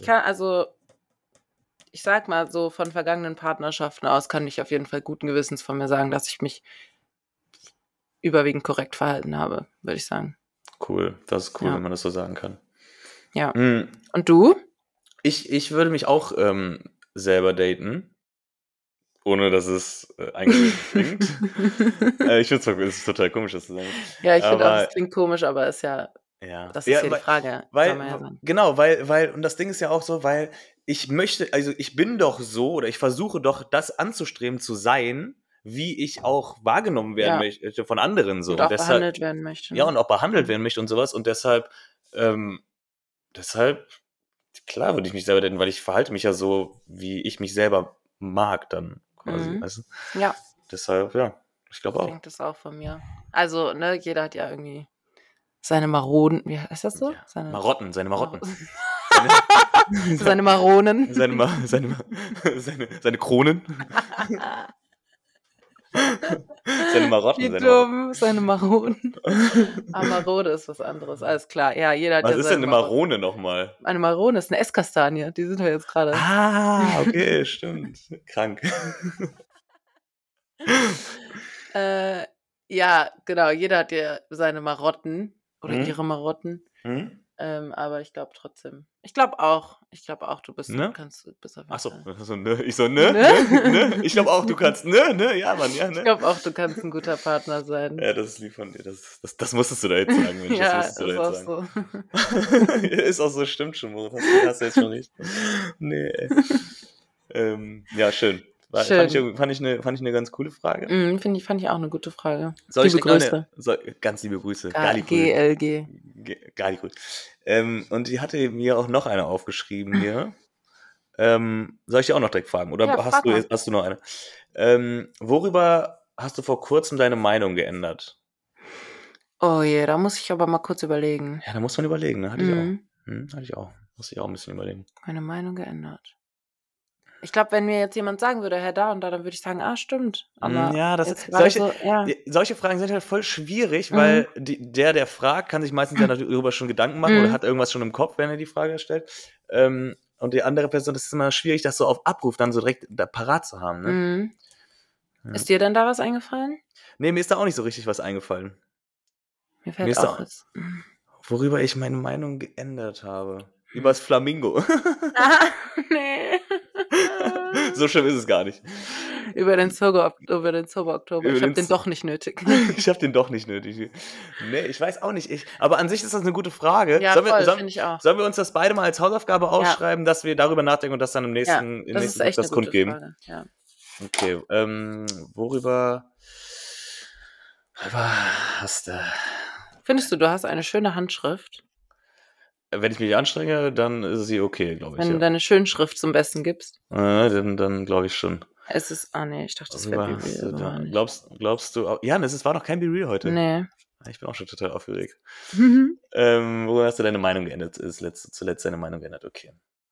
Ich sag mal so, von vergangenen Partnerschaften aus kann ich auf jeden Fall guten Gewissens von mir sagen, dass ich mich überwiegend korrekt verhalten habe, würde ich sagen. Cool, das ist cool, wenn man das so sagen kann. Ja. Und du? Ich würde mich auch selber daten, ohne dass es eigentlich klingt. Ich finde es ist total komisch, das zu sagen. Ja, ich finde auch, es klingt komisch, aber ist ja, das ist ja die Frage. Genau, weil, und das Ding ist ja auch so, weil ich bin doch so, oder ich versuche doch, das anzustreben zu sein, wie ich auch wahrgenommen werden möchte von anderen. So. Und auch behandelt werden möchte. Ne? Ja, und auch behandelt werden möchte und sowas. Und deshalb, klar würde ich mich selber daten, weil ich verhalte mich ja so, wie ich mich selber mag dann quasi. Weißt du? Ja. Deshalb, ja, ich glaube auch. Ich denke das auch von mir. Also, ne, jeder hat ja irgendwie Seine Maronen, wie heißt das so? Ja. Seine Marotten. Seine Maronen. Seine Kronen. Seine Marotten. Wie dumm, seine Maronen. Marode ist was anderes, alles klar. Ja, jeder hat was ist denn eine Marone nochmal? Eine Marone ist eine Esskastanie, die sind wir jetzt gerade. Ah, okay, stimmt. Krank. Ja, genau, jeder hat ja seine Marotten oder ihre Marotten. Aber ich glaube trotzdem. Ich glaube auch, du bist, ne? kannst auf jeden Achso, Fall. so, ne? Ich so, ne? Ich glaube auch, du kannst, ne? Ja, Mann, ja, ne? Ich glaube auch, du kannst ein guter Partner sein. Ja, das ist lieb von dir. Das musstest du da jetzt sagen, Mensch. Ja, das musstest du da jetzt sagen. So. Ist auch so, stimmt schon, Moritz. Hast du jetzt schon recht. Nee, ey. Ja, schön. Fand ich eine ganz coole Frage. Fand ich auch eine gute Frage. Liebe Grüße. Ganz liebe Grüße. GLG. Galli und die hatte mir auch noch eine aufgeschrieben hier. Soll ich dir auch noch direkt fragen? Oder hast du noch eine? Worüber hast du vor kurzem deine Meinung geändert? Oh je, da muss ich aber mal kurz überlegen. Ja, da muss man überlegen, ne? Hatte ich auch. Muss ich auch ein bisschen überlegen. Meine Meinung geändert. Ich glaube, wenn mir jetzt jemand sagen würde, Herr da und da, dann würde ich sagen, stimmt. Aber ja, solche Fragen sind halt voll schwierig, weil der fragt, kann sich meistens ja darüber schon Gedanken machen oder hat irgendwas schon im Kopf, wenn er die Frage stellt. Und die andere Person, das ist immer schwierig, das so auf Abruf dann so direkt da parat zu haben. Ne? Ja. Ist dir denn da was eingefallen? Nee, mir ist da auch nicht so richtig was eingefallen. Mir fällt auch was. Worüber ich meine Meinung geändert habe. Über das Flamingo. Nee. So schlimm ist es gar nicht. Über den Sober-Oktober. Ich habe den doch nicht nötig. Ich habe den doch nicht nötig. Nee, ich weiß auch nicht. Aber an sich ist das eine gute Frage. Ja, finde ich auch. Sollen wir uns das beide mal als Hausaufgabe ausschreiben, dass wir darüber nachdenken und das dann im nächsten das kundgeben? Frage. Ja. Okay, worüber hast du? Findest du hast eine schöne Handschrift? Wenn ich mich anstrenge, dann ist sie okay, glaube ich. Wenn du deine Schönschrift zum Besten gibst? Dann glaube ich schon. Es ist, nee, ich dachte, das wäre Be Real. Glaubst du, ja, es war noch kein Be Real heute. Nee. Ich bin auch schon total aufgeregt. Wo hast du deine Meinung geändert? Zuletzt deine Meinung geändert, okay.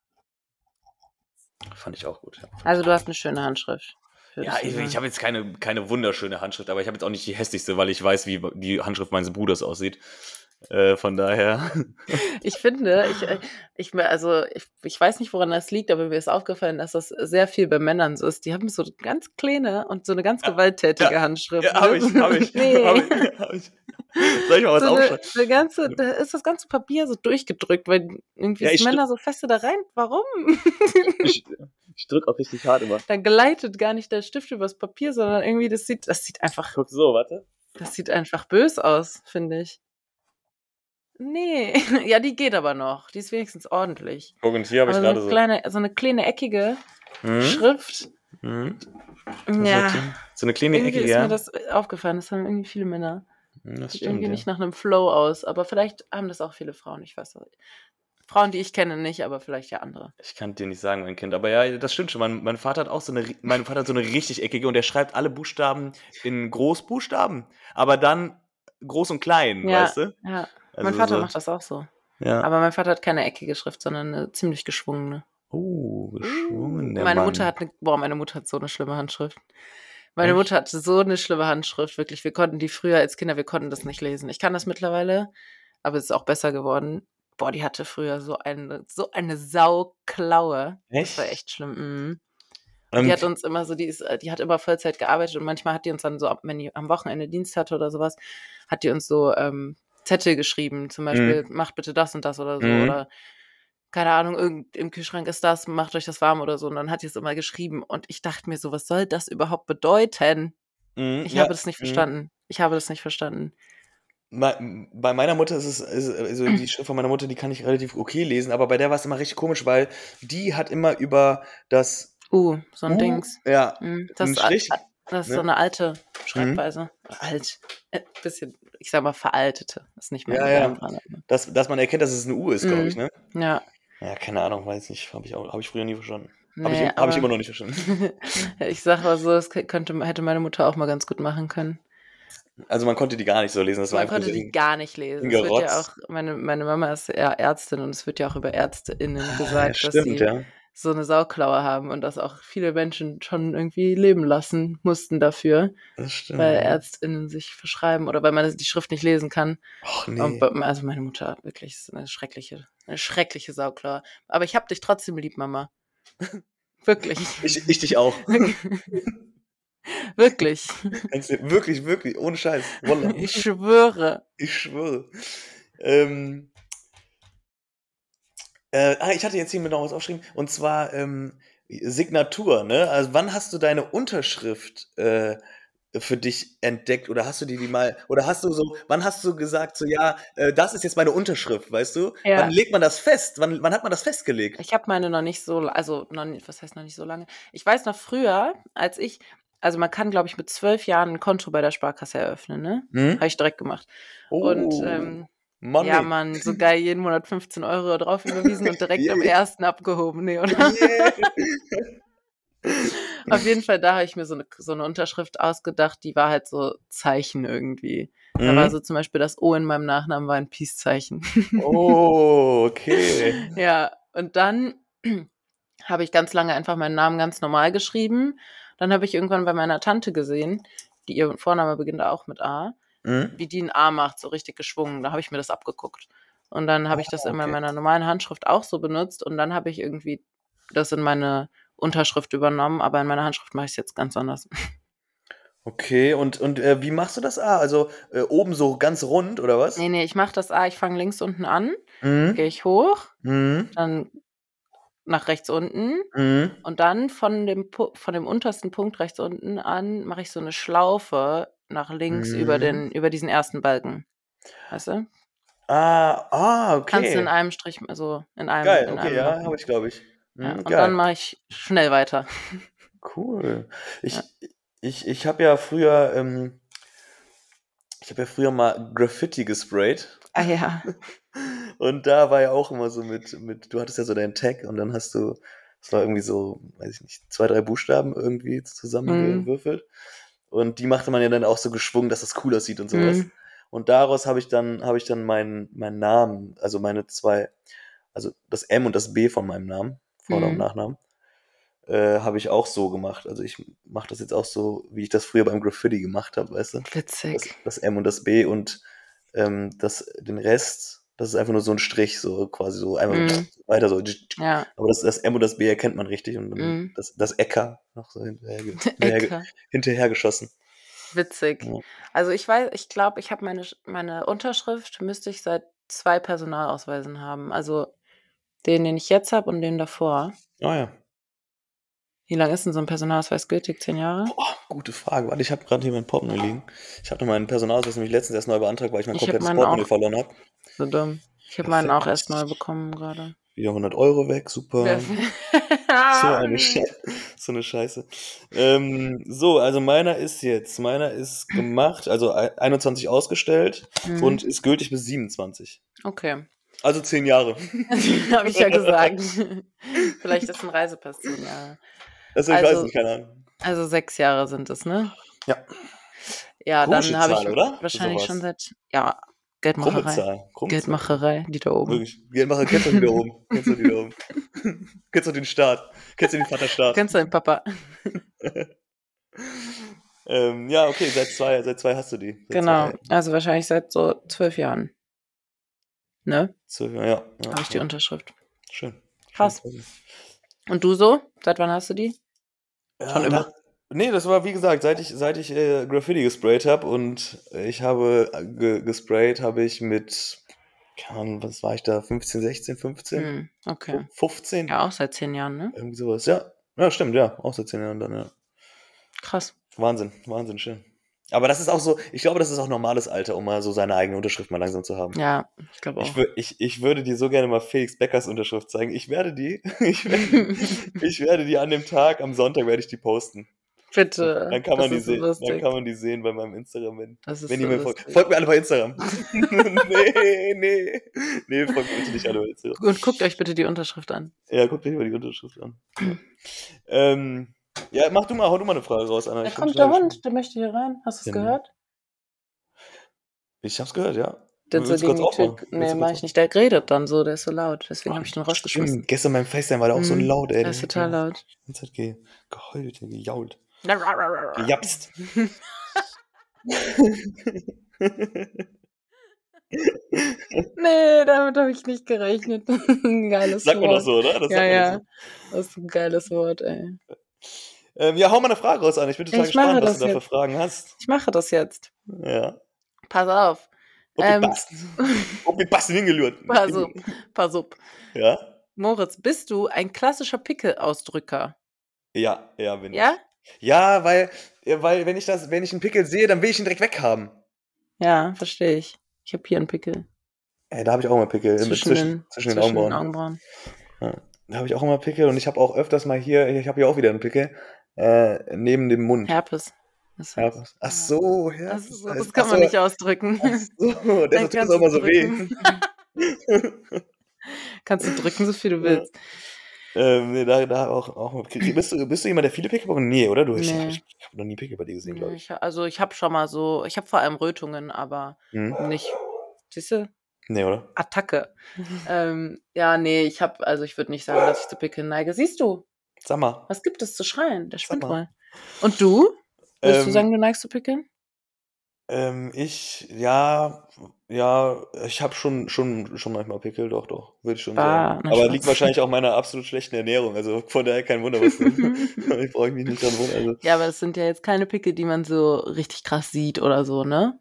Fand ich auch gut. Ja. Also du hast eine schöne Handschrift. Ja, ich habe jetzt keine wunderschöne Handschrift, aber ich habe jetzt auch nicht die hässlichste, weil ich weiß, wie die Handschrift meines Bruders aussieht. Von daher. Ich finde, ich weiß nicht, woran das liegt, aber mir ist aufgefallen, dass das sehr viel bei Männern so ist. Die haben so ganz kleine und so eine ganz gewalttätige Handschrift. Ja, habe ich. Nee. Hab ich. Soll ich mal was aufschreiben? Da ist das ganze Papier so durchgedrückt, weil irgendwie Männer so feste da rein. Warum? Ich drücke auch richtig hart immer. Dann gleitet gar nicht der Stift übers Papier, sondern irgendwie, das sieht einfach. Guck so, warte. Das sieht einfach bös aus, finde ich. Nee, ja, die geht aber noch. Die ist wenigstens ordentlich. Guck, und hier habe ich gerade so eine kleine eckige Schrift. Ja. So eine kleine eckige, ist mir das aufgefallen. Das haben irgendwie viele Männer. Das sieht stimmt, irgendwie nicht nach einem Flow aus. Aber vielleicht haben das auch viele Frauen. Ich weiß nicht. Frauen, die ich kenne, nicht, aber vielleicht ja andere. Ich kann dir nicht sagen, mein Kind. Aber ja, das stimmt schon. Mein Vater hat auch so eine richtig eckige und er schreibt alle Buchstaben in Großbuchstaben. Aber dann groß und klein, weißt du? Ja. Also mein Vater macht das auch so. Ja. Aber mein Vater hat keine eckige Schrift, sondern eine ziemlich geschwungene. Geschwungen. Meine Mutter hat so eine schlimme Handschrift. Meine Mutter hatte so eine schlimme Handschrift, wirklich. Wir konnten die früher als Kinder, wir konnten das nicht lesen. Ich kann das mittlerweile, aber es ist auch besser geworden. Boah, die hatte früher so eine Sauklaue. Echt? Das war echt schlimm. Die hat uns immer so, die hat immer Vollzeit gearbeitet und manchmal hat die uns dann so, wenn die am Wochenende Dienst hatte oder sowas, hat die uns so Zettel geschrieben, zum Beispiel, macht bitte das und das oder so, oder keine Ahnung, im Kühlschrank ist das, macht euch das warm oder so, und dann hat die es immer geschrieben und ich dachte mir so, was soll das überhaupt bedeuten? Ich habe das nicht verstanden. Bei meiner Mutter ist also die Schrift von meiner Mutter, die kann ich relativ okay lesen, aber bei der war es immer richtig komisch, weil die hat immer über das so ein Dings. Ja, das ein Strich. Das ist so eine alte Schreibweise. Alt. Bisschen, ich sag mal, veraltete. Das ist nicht mehr dran. Dass man erkennt, dass es eine U ist, glaube ich, ne? Ja. Ja, keine Ahnung, weiß nicht. Habe ich früher nie verstanden. Nee, habe ich immer noch nicht verstanden. Ich sag mal so, das hätte meine Mutter auch mal ganz gut machen können. Also man konnte die gar nicht so lesen, das war Man einfach nur konnte so die gar nicht lesen. Es wird ja hingerotzt. auch, meine Mama ist ja Ärztin und es wird ja auch über ÄrztInnen Ja, gesagt, dass stimmt, sie ja. so eine Sauklaue haben und dass auch viele Menschen schon irgendwie leben lassen mussten dafür, Das stimmt, weil ja. ÄrztInnen sich verschreiben oder weil man die Schrift nicht lesen kann. Ach Und nee. also meine Mutter wirklich ist eine schreckliche Sauklaue. Aber ich hab dich trotzdem lieb, Mama. Wirklich. Ich dich auch. Wirklich. Wirklich, wirklich, ohne Scheiß. Wallah. Ich schwöre. Ich schwöre. Ich hatte jetzt hier mir noch was aufgeschrieben, und zwar Signatur, ne? Also wann hast du deine Unterschrift für dich entdeckt oder hast du die mal, oder wann hast du gesagt, so ja, das ist jetzt meine Unterschrift, weißt du? Wann Ja. legt man das fest? Wann hat man das festgelegt? Ich habe meine noch nicht so, also was heißt noch nicht so lange? Ich weiß noch früher, also man kann, glaube ich, mit 12 Jahren ein Konto bei der Sparkasse eröffnen, ne? Hm? Habe ich direkt gemacht. Und Oh, ja, Money. man, so geil, jeden Monat 15 Euro drauf überwiesen und direkt am Yeah, ersten abgehoben, nee, oder? yeah. Auf jeden Fall, da habe ich mir so eine Unterschrift ausgedacht, die war halt so Zeichen irgendwie. Da war Mhm. so zum Beispiel das O in meinem Nachnamen war ein Peace-Zeichen. Oh, okay. Ja, und dann habe ich ganz lange einfach meinen Namen ganz normal geschrieben. Dann habe ich irgendwann bei meiner Tante gesehen, die ihr Vorname beginnt auch mit A, Mhm. wie die ein A macht, so richtig geschwungen. Da habe ich mir das abgeguckt. Und dann habe ich das immer in Okay. meiner normalen Handschrift auch so benutzt und dann habe ich irgendwie das in meine Unterschrift übernommen, aber in meiner Handschrift mache ich es jetzt ganz anders. Okay, und wie machst du das A? Also oben so ganz rund, oder was? Nee, ich mache das A, ich fange links unten an, gehe Mhm. ich hoch, Mhm. dann nach rechts unten Mhm. und dann von dem untersten Punkt rechts unten an mache ich so eine Schlaufe nach links Mhm. über diesen ersten Balken. Weißt du? Kannst du in Okay. einem Strich, also Geil, in okay, einem ja, habe machen. ich, glaube ich. Ja, Mhm, und dann geil. mache ich schnell weiter. Cool. Ja. Ich, ich habe ja früher mal Graffiti gesprayt. Ah ja. Und da war ja auch immer so du hattest ja so deinen Tag und dann es war irgendwie so, weiß ich nicht, 2, 3 Buchstaben irgendwie Mhm. zusammengewürfelt. Und die machte man ja dann auch so geschwungen, dass das cool aussieht und sowas. Mhm. Und daraus habe ich dann meinen Namen, also also das M und das B von meinem Namen, Vornamen und Mhm. Nachnamen, habe ich auch so gemacht. Also ich mache das jetzt auch so, wie ich das früher beim Graffiti gemacht habe, weißt du? Witzig. Das M und das B und den Rest, das ist einfach nur so ein Strich, so quasi so einmal so Mhm. weiter so. Ja. Aber das M und das B erkennt man richtig und dann Mhm. das Äcker noch so Ecke. hinterher geschossen. Witzig. Ja. Also ich glaube, ich habe meine Unterschrift müsste ich seit 2 Personalausweisen haben. Also den ich jetzt habe und den davor. Ah ja. Wie lange ist denn so ein Personalausweis gültig? 10 Jahre? Boah, gute Frage. Warte, ich habe gerade hier mein Portemonnaie liegen. Ich habe noch meinen Personalausweis nämlich letztens erst neu beantragt, weil ich mein Ich habe komplettes meinen Portemonnaie auch verloren habe. so dumm. Ich habe meinen auch Perfekt. erst neu bekommen gerade. Wieder 100 € weg, super. So eine, so eine Scheiße. So, also meiner ist gemacht, also 21 ausgestellt und Mhm. ist gültig bis 27. Okay. Also 10 Jahre. Habe ich ja gesagt. Vielleicht ist ein Reisepass 10 Jahre. Also ich weiß Also nicht, keine Ahnung. also 6 Jahre sind es, ne? Ja, Ja, dann komische habe Zahl, ich oder? Für wahrscheinlich schon sowas. seit ja, Krumme Geldmacherei. Zahl, krumme Zahl. Geldmacherei, die da oben. Wirklich. Geldmacher, kennst du die da oben? Kennst du die da oben? Kennst du den Staat? Kennst du den Du Vaterstaat? kennst deinen Papa. Ja, okay, seit zwei hast du die. Seit Genau, 2, also wahrscheinlich seit so 12 Jahren, ne? 12 Jahren, ja, ja, Habe ich die ja. Unterschrift. Schön. Schön. Krass. Und du so? Seit wann hast du die? Schon Ja, immer? nee, das war wie gesagt, seit ich Graffiti gesprayt habe und ich habe gesprayt, habe ich mit, keine Ahnung, was war ich da, 15, 16, 15, Okay. 15, Ja, auch seit 10 Jahren, ne? irgendwie sowas. Ja, ja, stimmt, ja, auch seit 10 Jahren dann, ja. Krass. Wahnsinn, Wahnsinn, schön. Aber das ist auch so, ich glaube, das ist auch normales Alter, um mal so seine eigene Unterschrift mal langsam zu haben. Ja, ich glaube auch. Ich würde dir so gerne mal Felix Beckers Unterschrift zeigen. Ich werde die an dem Tag, am Sonntag werde ich die posten. Bitte, das ist so Dann kann lustig. man die sehen bei meinem Instagram, Das ist wenn ihr so mir folgt. lustig. Folgt mir alle bei Instagram. Nee. Nee, folgt mir bitte nicht alle bei Instagram. Und guckt euch bitte die Unterschrift an. Ja, guckt euch mal die Unterschrift an. Ja. Ja, hau du mal eine Frage raus, Anna. Da Ich bin kommt der total gespannt. Hund, der möchte hier rein. Hast du es Ja, nee. gehört? Ich hab's gehört, ja. Den so Willst du gegen kurz die Tür. aufmachen? Nee, mach ich nicht. Der redet dann so, der ist so laut. Deswegen Ah, habe ich den rausgeschmissen. stimmt. Gestern beim FaceTime war der auch so laut, ey. Der ist total laut. Die ganze Zeit geheult, gejault. Gejapst. Nee, damit habe ich nicht gerechnet. Ein geiles Wort. Sagt man doch so, oder? Ja. Das ist ein geiles Wort, ey. Ja, hau mal eine Frage raus an. Ich bin total gespannt, was du da für jetzt. Fragen hast. Ich mache das jetzt. Ja. Pass auf. Wie passt hingelührt? Pass auf. Ja? Moritz, bist du ein klassischer Pickelausdrücker? Ja, bin ich. Ja? Ja, weil wenn ich einen Pickel sehe, dann will ich ihn direkt weghaben. Ja, verstehe ich. Ich habe hier einen Pickel. Da habe ich auch immer Pickel. Zwischen den Augenbrauen. Ja, da habe ich auch immer Pickel und ich habe auch öfters mal ich habe hier auch wieder einen Pickel, neben dem Mund. Herpes. Ach so, Herpes. Das kann man nicht ausdrücken. Ach so, deshalb tut es auch immer so weh. Kannst du drücken, so viel du willst. Nee, da auch bist du jemand, der viele Pickel bekommt? Nee, oder? Nee. Ich habe noch nie Pickel bei dir gesehen, glaube ich. Ich habe schon mal ich habe vor allem Rötungen, aber nicht, siehst du? Nee, oder? Attacke. Ja, nee, ich würde nicht sagen, dass ich zu Pickeln neige. Siehst du? Sag mal. Was gibt es zu schreien? Der spinnt wohl. Und du? Würdest du sagen, du neigst zu Pickeln? Ich habe schon manchmal Pickel, doch, würde ich schon sagen. Aber liegt wahrscheinlich auch meiner absolut schlechten Ernährung, also von daher kein Wunder, was ich brauche mich nicht dran wundern. Also. Ja, aber es sind ja jetzt keine Pickel, die man so richtig krass sieht oder so, ne?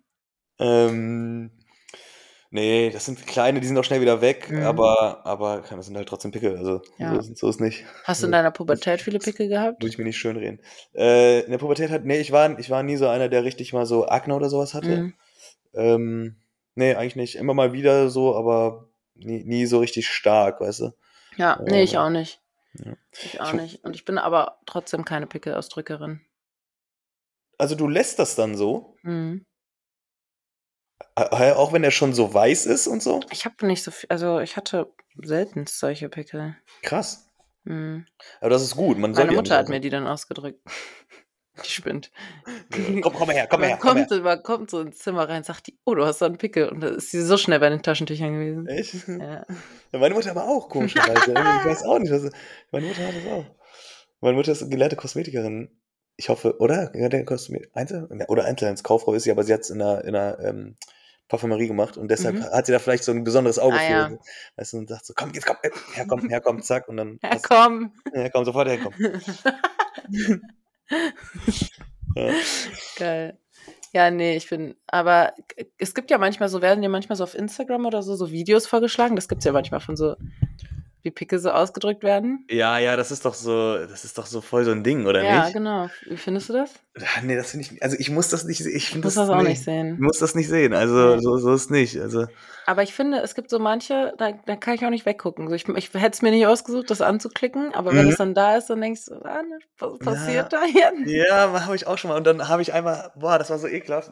Nee, das sind kleine, die sind auch schnell wieder weg, aber das sind halt trotzdem Pickel, also so ist nicht. Hast du in deiner Pubertät viele Pickel gehabt? Würde ich mir nicht schönreden. In der Pubertät ich war nie so einer, der richtig mal so Akne oder sowas hatte. Nee, eigentlich nicht. Immer mal wieder so, aber nie so richtig stark, weißt du? Ja, nee, ich auch nicht. Ja. Ich auch nicht. Und ich bin aber trotzdem keine Pickelausdrückerin. Also du lässt das dann so? Auch wenn er schon so weiß ist und so? Ich habe nicht so viel, also ich hatte selten solche Pickel. Krass. Aber das ist gut. Meine Mutter hat mir die dann ausgedrückt. Die spinnt. Komm her. Man kommt so ins Zimmer rein, sagt die, oh, du hast da einen Pickel. Und da ist sie so schnell bei den Taschentüchern gewesen. Echt? Ja. Meine Mutter aber auch, komischerweise. Ich weiß auch nicht, meine Mutter hat das auch. Meine Mutter ist gelernte Kosmetikerin. Ich hoffe, oder? Einzelhandelskauffrau ist sie, aber sie hat es in einer Parfümerie gemacht und deshalb hat sie da vielleicht so ein besonderes Auge für. Ja. Weißt du, und sagt so, komm, herkomm, zack, und dann. Herkomm, sofort herkommen. Ja. Geil. Ja, nee, aber es gibt ja manchmal werden dir manchmal so auf Instagram oder so Videos vorgeschlagen, das gibt's ja manchmal von so, wie Pickel so ausgedrückt werden. Ja, das ist doch so voll so ein Ding, oder nicht? Ja, genau. Wie findest du das? Nee, das finde ich, also ich muss das nicht sehen. Ich muss das auch nicht sehen. Ich muss das nicht sehen, also so ist nicht. Also. Aber ich finde, es gibt so manche, da kann ich auch nicht weggucken. So, ich hätte es mir nicht ausgesucht, das anzuklicken, aber wenn es dann da ist, dann denkst du, was passiert da jetzt? Ja, habe ich auch schon mal. Und dann habe ich einmal, das war so ekelhaft.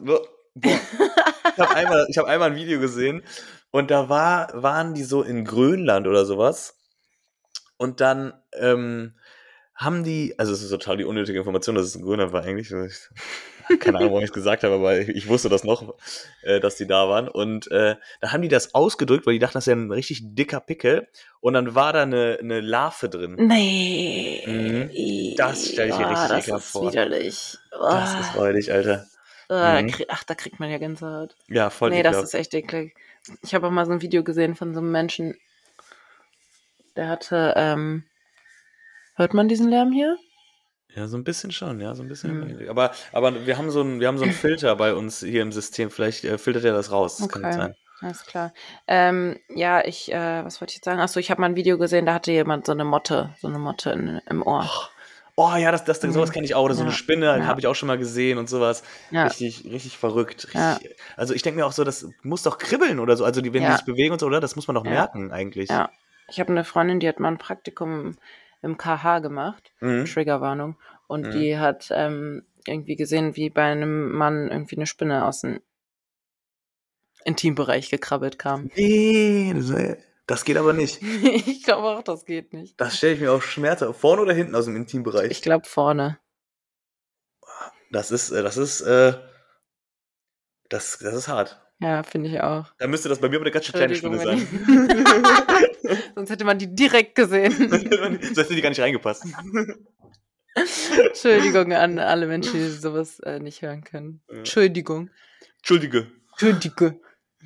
Ich habe einmal ein Video gesehen und da waren die so in Grönland oder sowas. Und dann haben die, also es ist total die unnötige Information, dass es in Grönland war eigentlich. Keine Ahnung, warum ich es gesagt habe, aber ich wusste das noch, dass die da waren. Und da haben die das ausgedrückt, weil die dachten, das ist ja ein richtig dicker Pickel. Und dann war da eine Larve drin. Nee. Das stelle ich mir richtig ekelhaft vor. Das ist widerlich. Das ist räudig, Alter. Da kriegt man ja Gänsehaut. Ja, voll ekelhaft. Das ist echt eklig. Ich habe auch mal so ein Video gesehen von so einem Menschen, der hatte, hört man diesen Lärm hier? Ja, so ein bisschen schon, ja, so ein bisschen. Aber wir haben so einen Filter bei uns hier im System, vielleicht filtert er das raus, das kann nicht sein. Alles klar. Was wollte ich jetzt sagen? Achso, ich habe mal ein Video gesehen, da hatte jemand so eine Motte im Ohr. Oh ja, sowas kenne ich auch, oder so eine Spinne, habe ich auch schon mal gesehen und sowas. Ja. Richtig verrückt. Also ich denke mir auch so, das muss doch kribbeln oder so, also wenn die sich bewegen und so, oder? Das muss man doch merken eigentlich. Ja, ich habe eine Freundin, die hat mal ein Praktikum im KH gemacht, Triggerwarnung, und die hat irgendwie gesehen, wie bei einem Mann irgendwie eine Spinne aus dem Intimbereich gekrabbelt kam. Nee, das geht aber nicht. Ich glaube auch, das geht nicht. Das stelle ich mir auch schmerzhaft. Vorne oder hinten aus dem Intimbereich? Ich glaube vorne. Das ist hart. Ja, finde ich auch. Da müsste das bei mir aber eine ganz schön kleine Spinne sein. Sonst hätte man die direkt gesehen. Sonst hätte die gar nicht reingepasst. Entschuldigung an alle Menschen, die sowas nicht hören können. Entschuldigung. Entschuldige.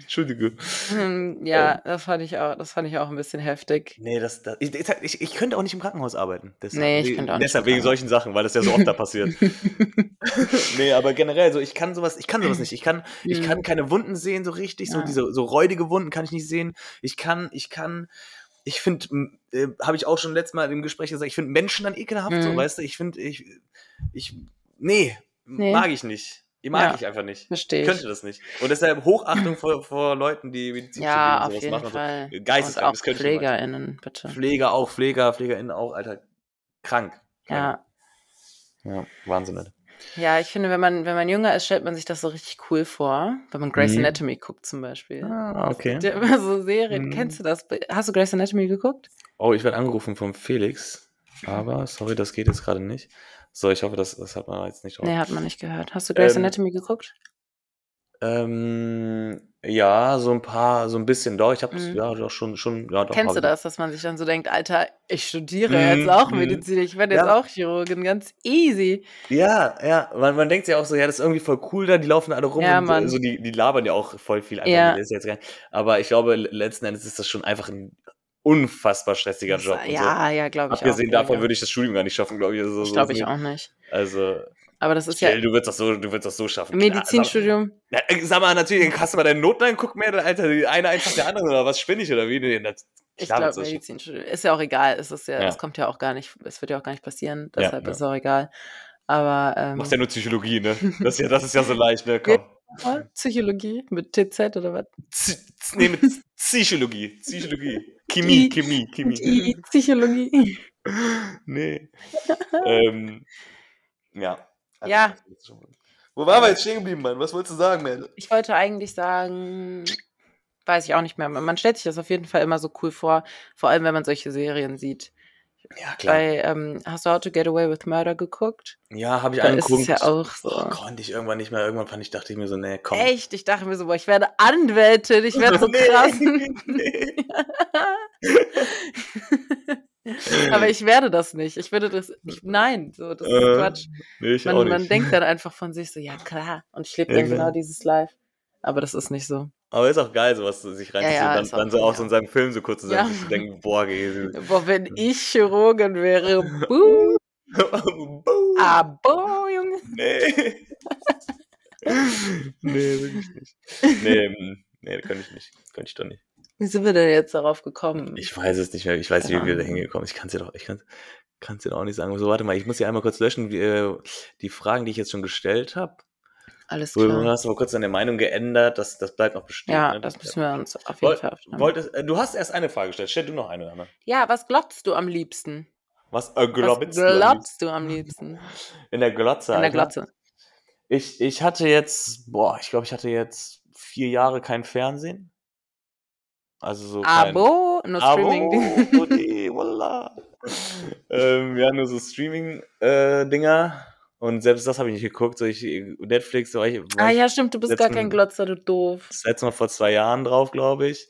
Ja, das fand ich auch ein bisschen heftig. Nee, ich könnte auch nicht im Krankenhaus arbeiten. Nee, ich könnte auch nicht. Deshalb wegen solchen Sachen, weil das ja so oft da passiert. Nee, aber generell, so ich kann sowas nicht. Ich kann keine Wunden sehen so richtig, so diese so räudige Wunden kann ich nicht sehen. Ich finde, habe ich auch schon letztes Mal im Gespräch gesagt, ich finde Menschen dann ekelhaft, so, weißt du, mag ich nicht. Mag ich einfach nicht. Verstehe ich. Könnte das nicht. Und deshalb Hochachtung vor Leuten, die Medizin studieren und sowas machen. Fall. So. Geisteskrank, und auch PflegerInnen, bitte. PflegerInnen auch, Alter. Krank. Ja. Ja, Wahnsinn, Alter. Ja, ich finde, wenn man jünger ist, stellt man sich das so richtig cool vor. Wenn man Grey's Anatomy guckt zum Beispiel. Ah, okay. Es gibt ja immer so Serien. Kennst du das? Hast du Grey's Anatomy geguckt? Oh, ich werde angerufen vom Felix. Aber, sorry, das geht jetzt gerade nicht. So, ich hoffe, das hat man jetzt nicht drauf. Nee, hat man nicht gehört. Hast du Grey's Anatomy geguckt? Ja, so ein bisschen doch. Ich habe doch schon. Ja, doch, kennst du das, dass man sich dann so denkt, Alter, ich studiere jetzt auch Medizin, ich werde jetzt auch Chirurgin, ganz easy. Ja, man denkt ja auch so, ja, das ist irgendwie voll cool da, die laufen alle rum und also die labern ja auch voll viel. Einfach, ist jetzt aber ich glaube, letzten Endes ist das schon einfach ein unfassbar stressiger Job. Ja, glaube ich auch. Abgesehen davon würde ich das Studium gar nicht schaffen, glaube ich. Also, ich glaube ich auch nicht. Also, aber das ist du wirst das so schaffen. Medizinstudium. Klar, sag mal, natürlich, dann hast du mal deine Noten anguck mehr, Alter, die eine einfach der andere, oder was, spinne ich oder wie? Ich glaube, Medizinstudium ist ja auch egal. Es kommt ja auch gar nicht, es wird ja auch gar nicht passieren, deshalb ist es auch egal. Aber machst ja nur Psychologie, ne? Das ist ja so leicht, ne? Komm. Psychologie mit TZ oder was? Nee, mit Psychologie. Chemie. Psychologie. Nee. Ja. Ja. Wo waren wir jetzt stehen geblieben, Mann? Was wolltest du sagen, Mädel? Ich wollte eigentlich sagen, weiß ich auch nicht mehr. Man stellt sich das auf jeden Fall immer so cool vor allem, wenn man solche Serien sieht. Ja, klar. Hast du How to Get Away with Murder geguckt? Ja, habe ich angeguckt. Ist es ja auch so. Konnte ich irgendwann nicht mehr. Irgendwann dachte ich mir so, nee, komm. Echt? Ich dachte mir so, boah, ich werde Anwältin, ich werde so krass. Aber ich werde das nicht. Ich würde das nicht. Nein, so, das ist Quatsch. Nee, ich auch nicht. Man denkt dann einfach von sich so, ja klar. Und ich lebe dann genau dieses Life. Aber das ist nicht so. Aber ist auch geil, sowas sich reinzuziehen und dann so auch so in seinem Film so kurz zu sagen, zu denken, boah, wenn ich Chirurgin wäre, buh. Boah, Junge. Nee. Nee, wirklich nicht. Nee, könnte ich nicht. Könnte ich doch nicht. Wie sind wir denn jetzt darauf gekommen? Ich weiß es nicht mehr. Ich weiß nicht, wie wir da hingekommen sind. Ich kann es dir doch auch nicht sagen. So, warte mal, ich muss hier einmal kurz löschen, die Fragen, die ich jetzt schon gestellt habe. Alles klar. Du hast aber kurz deine Meinung geändert, das bleibt noch bestehen. Ja, ne? Das müssen wir uns auf jeden Fall aufnehmen. Du hast erst eine Frage gestellt. Stell du noch eine, Anna. Ja, was glotzt du am liebsten? Was glotzt du am liebsten? In der Glotze. In der Glotze. Ich hatte jetzt, ich glaube, 4 Jahre kein Fernsehen. Also so no Streaming. Wallah. Ja, nur so Streaming-Dinger. Und selbst das habe ich nicht geguckt. So Netflix. Ja, stimmt, du bist gar kein Glotzer, du doof. Das letzte Mal vor 2 Jahren drauf, glaube ich.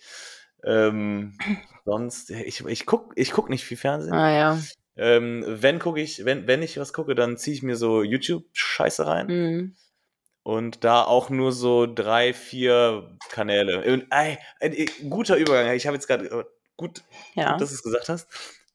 Sonst, ich guck nicht viel Fernsehen. Ja. Wenn ich was gucke, dann ziehe ich mir so YouTube-Scheiße rein. Mhm. Und da auch nur so 3, 4 Kanäle. Und, guter Übergang. Ich habe jetzt gerade gut, dass du es gesagt hast.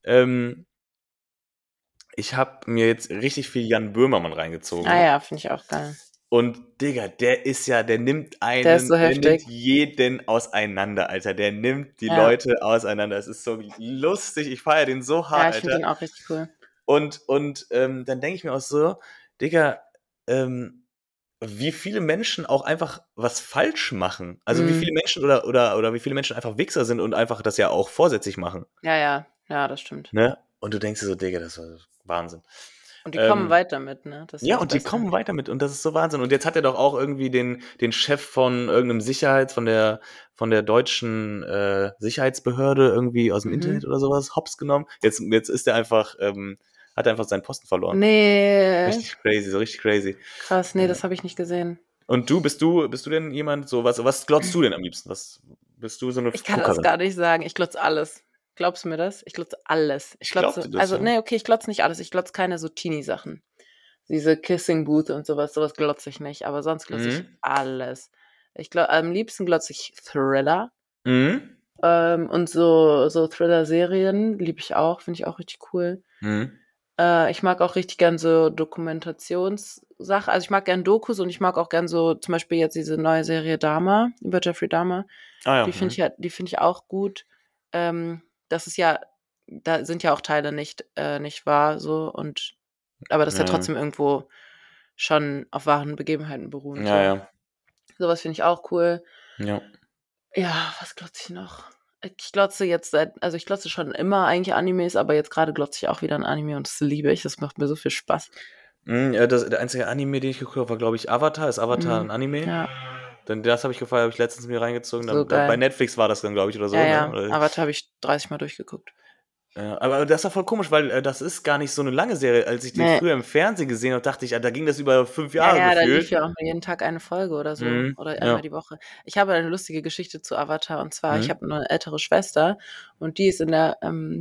Ich habe mir jetzt richtig viel Jan Böhmermann reingezogen. Ja, finde ich auch geil. Und Digga, der nimmt jeden auseinander, Alter. Der nimmt die Leute auseinander. Es ist so lustig. Ich feiere den so hart, Alter. Ja, ich finde den auch richtig cool. Und dann denke ich mir auch so, Digga, wie viele Menschen auch einfach was falsch machen. Also wie viele Menschen oder wie viele Menschen einfach Wichser sind und einfach das ja auch vorsätzlich machen. Ja, das stimmt. Ne? Und du denkst dir so, Digga, das war Wahnsinn. Und die kommen weiter mit, ne? Die kommen weiter mit und das ist so Wahnsinn. Und jetzt hat er doch auch irgendwie den Chef von irgendeinem von der deutschen Sicherheitsbehörde irgendwie aus dem Internet oder sowas hops genommen. Jetzt ist er einfach, hat er einfach seinen Posten verloren. Nee. Richtig crazy. Krass, nee, das habe ich nicht gesehen. Und bist du denn jemand, so was glotzt du denn am liebsten? Bist du so eine Ich kann das gar nicht sagen. Ich glotze alles. Glaubst du mir das? Ich glotze alles. Ich glaub dir glotze, das, also, ja. nee, okay, ich glotze nicht alles. Ich glotze keine so Teenie-Sachen. Diese Kissing Booth und sowas glotze ich nicht, aber sonst glotze ich alles. Am liebsten glotze ich Thriller, Mhm. und so Thriller-Serien liebe ich auch, finde ich auch richtig cool. Mhm. Ich mag auch richtig gern so Dokumentationssachen. Also, ich mag gern Dokus und ich mag auch gern so zum Beispiel jetzt diese neue Serie Dahmer, über Jeffrey Dahmer. Ah ja. Die finde ich auch gut. Das ist ja Da sind ja auch Teile nicht wahr so aber das ist ja Ja, ja. trotzdem irgendwo schon auf wahren Begebenheiten beruhen, Ja, so. ja. So was finde ich auch cool. Ja. Ja, was glotze ich noch? Ich glotze schon immer eigentlich Animes, aber jetzt grade glotze ich auch wieder an Anime und das liebe ich. Das macht mir so viel Spaß. Ja, der einzige Anime, den ich geguckt habe, war, glaube ich, Avatar. Ist Avatar ein Anime? Ja, Dann das habe ich gefeiert, habe ich letztens mir reingezogen. so Bei geil. Netflix war das dann, glaube ich, oder so, Ja, ne? ja. Oder, Avatar habe ich 30 Mal durchgeguckt. aber das war voll komisch, weil das ist gar nicht so eine lange Serie. Als ich die Ne. früher im Fernsehen gesehen habe, dachte ich, da ging das über 5 Ja, Jahre ja, da lief gefühlt. ja auch nur jeden Tag eine Folge oder so oder einmal Ja. die Woche. Ich habe eine lustige Geschichte zu Avatar und zwar, ich Mhm. habe 'ne ältere Schwester und die ist in der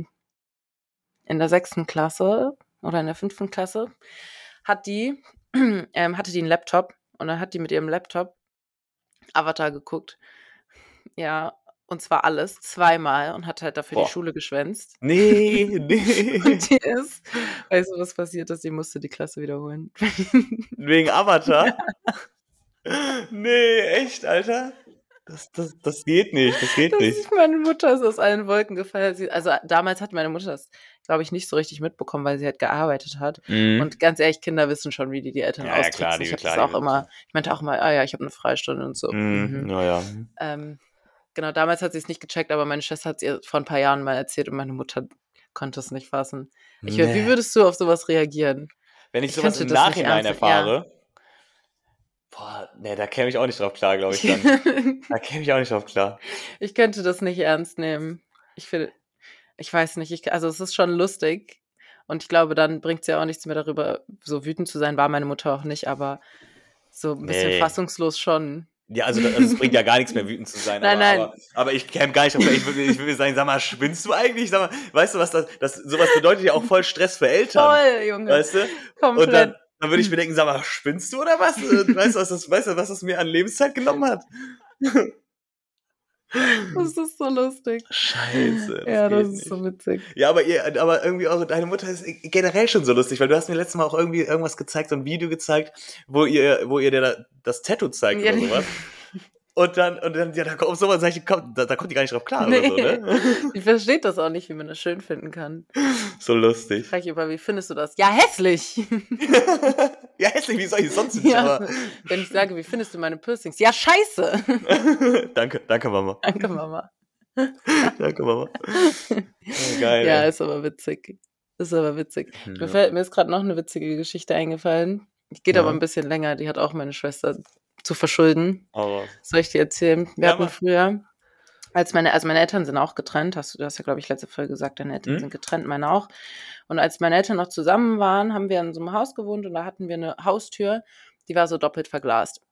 6. Klasse oder in der 5. Klasse hatte die 'n Laptop und dann hat die mit ihrem Laptop Avatar geguckt. Ja, und zwar alles zweimal und hat halt dafür die Boah. Schule geschwänzt. Nee, Und nee. die ist weißt du, was passiert ist? Die musste die Klasse wiederholen. Wegen Avatar? Nee, echt, Alter? Das geht nicht, das geht nicht. Meine Mutter ist aus allen Wolken gefallen. Damals hat meine Mutter das, glaube ich, nicht so richtig mitbekommen, weil sie halt gearbeitet hat. Und ganz ehrlich, Kinder wissen schon, wie die Eltern Ja, ja, klar, austricksen. Ich habe das auch immer ich meinte auch immer: „Ah ja, ich habe 'ne Freistunde“ und so. Ja, ja. Genau, damals hat sie's nicht gecheckt, aber meine Schwester hat's ihr vor 'n paar Jahren mal erzählt und meine Mutter konnte es nicht fassen. Wie Ne. würdest du auf so was reagieren? Wenn ich Ich so was könnte im das nicht Nachhinein ernst ja. erfahre, boah, ne, da käme ich auch nicht drauf klar, glaube ich Ich dann. Da käme ich auch nicht drauf klar. Ich könnte das nicht ernst nehmen. Ich weiß nicht, also, es ist schon lustig und ich glaube, dann bringt's ja auch nichts mehr darüber so wütend zu sein, war meine Mutter auch nicht, aber so 'n bisschen Ne. fassungslos schon. Ja, also es bringt ja gar nichts mehr, wütend zu sein, Nein, nein. aber ich käme gar nicht drauf klar. Ich würde mir sagen: „Sag mal, spinnst du eigentlich?“ Sag mal, weißt du, was so was bedeutet ja auch voll Stress für Eltern, Voll, Junge. weißt du? Und Komplett. dann würde ich mir denken: „Sag mal, spinnst du oder was?“ Weißt du, was das mir an Lebenszeit genommen hat? Das ist so lustig. Scheiße, das Ja, das geht ist so nicht. witzig. Ja, aber irgendwie auch deine Mutter ist generell schon so lustig, weil du hast mir letztes Mal auch irgendwie irgendwas gezeigt, so 'n Video gezeigt, wo ihr der das Tattoo zeigt Ja, oder so was. Und dann ja, da kommt so was, sag ich: „Komm, da kommt die gar nicht drauf klar“ oder so, ne, ne? die versteht das auch nicht, wie man das schön finden kann. So lustig. Frage ich immer: „Wie findest du das?“ „Ja, hässlich.“ Ja, hässlich, wie soll ich sonst nicht, Ja, aber wenn ich sage: „Wie findest du meine Piercings?“ „Ja, scheiße.“ Danke, Mama. Danke, Mama. Danke, Mama. Oh, geil, Ja, ey. ist aber witzig. Ist aber witzig. Ja, Mir ist grad noch 'ne witzige Geschichte eingefallen. Die geht aber 'n ja. bisschen länger, die hat auch meine Schwester zu verschulden. Hau raus. Soll ich die erzählen? Wir Ja, hatten mach. früher meine Eltern sind auch getrennt. Du hast ja, glaube ich, letzte Folge gesagt, deine Eltern sind Mhm. getrennt, meine auch. Und als meine Eltern noch zusammen waren, haben wir in so 'nem Haus gewohnt und da hatten wir 'ne Haustür, die war so doppelt verglast.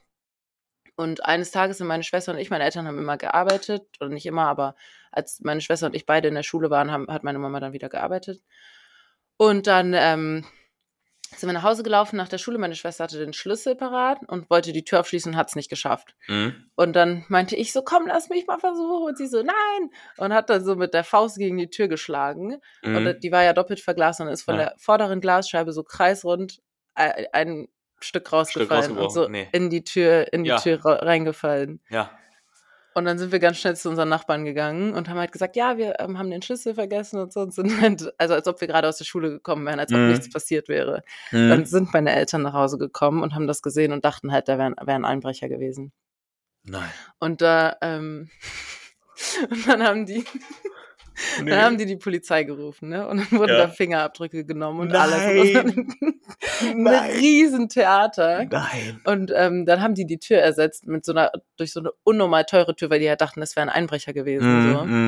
Und eines Tages sind meine Eltern haben immer gearbeitet oder nicht immer, aber als meine Schwester und ich beide in der Schule waren, hat meine Mama dann wieder gearbeitet. Und dann, sind wir nach Hause gelaufen nach der Schule. Meine Schwester hatte den Schlüssel parat und wollte die Tür aufschließen und hat's nicht geschafft. Mhm. Und dann meinte ich so: „Komm, lass mich mal versuchen.“ Und sie so: „Nein!“ Und hat dann so mit der Faust gegen die Tür geschlagen. Und Mhm. die war ja doppelt verglast und ist von Ja. der vorderen Glasscheibe so kreisrund ein Stück Stück rausgefallen und rausgebrochen. so Ne. in die Tür Ja, reingefallen. ja. Und dann sind wir ganz schnell zu unseren Nachbarn gegangen und haben halt gesagt: „Ja, wir, haben den Schlüssel vergessen“ und so und sind halt als ob wir grade aus der Schule gekommen wären, als ob nichts Mhm. passiert wäre. Dann Mhm. sind meine Eltern nach Hause gekommen und haben das gesehen und dachten halt, da wäre 'n Einbrecher gewesen. Nein. Und da, und dann haben die Ne. die Polizei gerufen, ne? Und dann wurden da Ja. Fingerabdrücke genommen und alles. Und das war Nein. 'n Nein. Riesentheater. Nein. Und, dann haben die Tür ersetzt mit durch so 'ne unnormal teure Tür, weil die halt dachten, das wäre 'n Einbrecher gewesen, Mhm, so. mhm.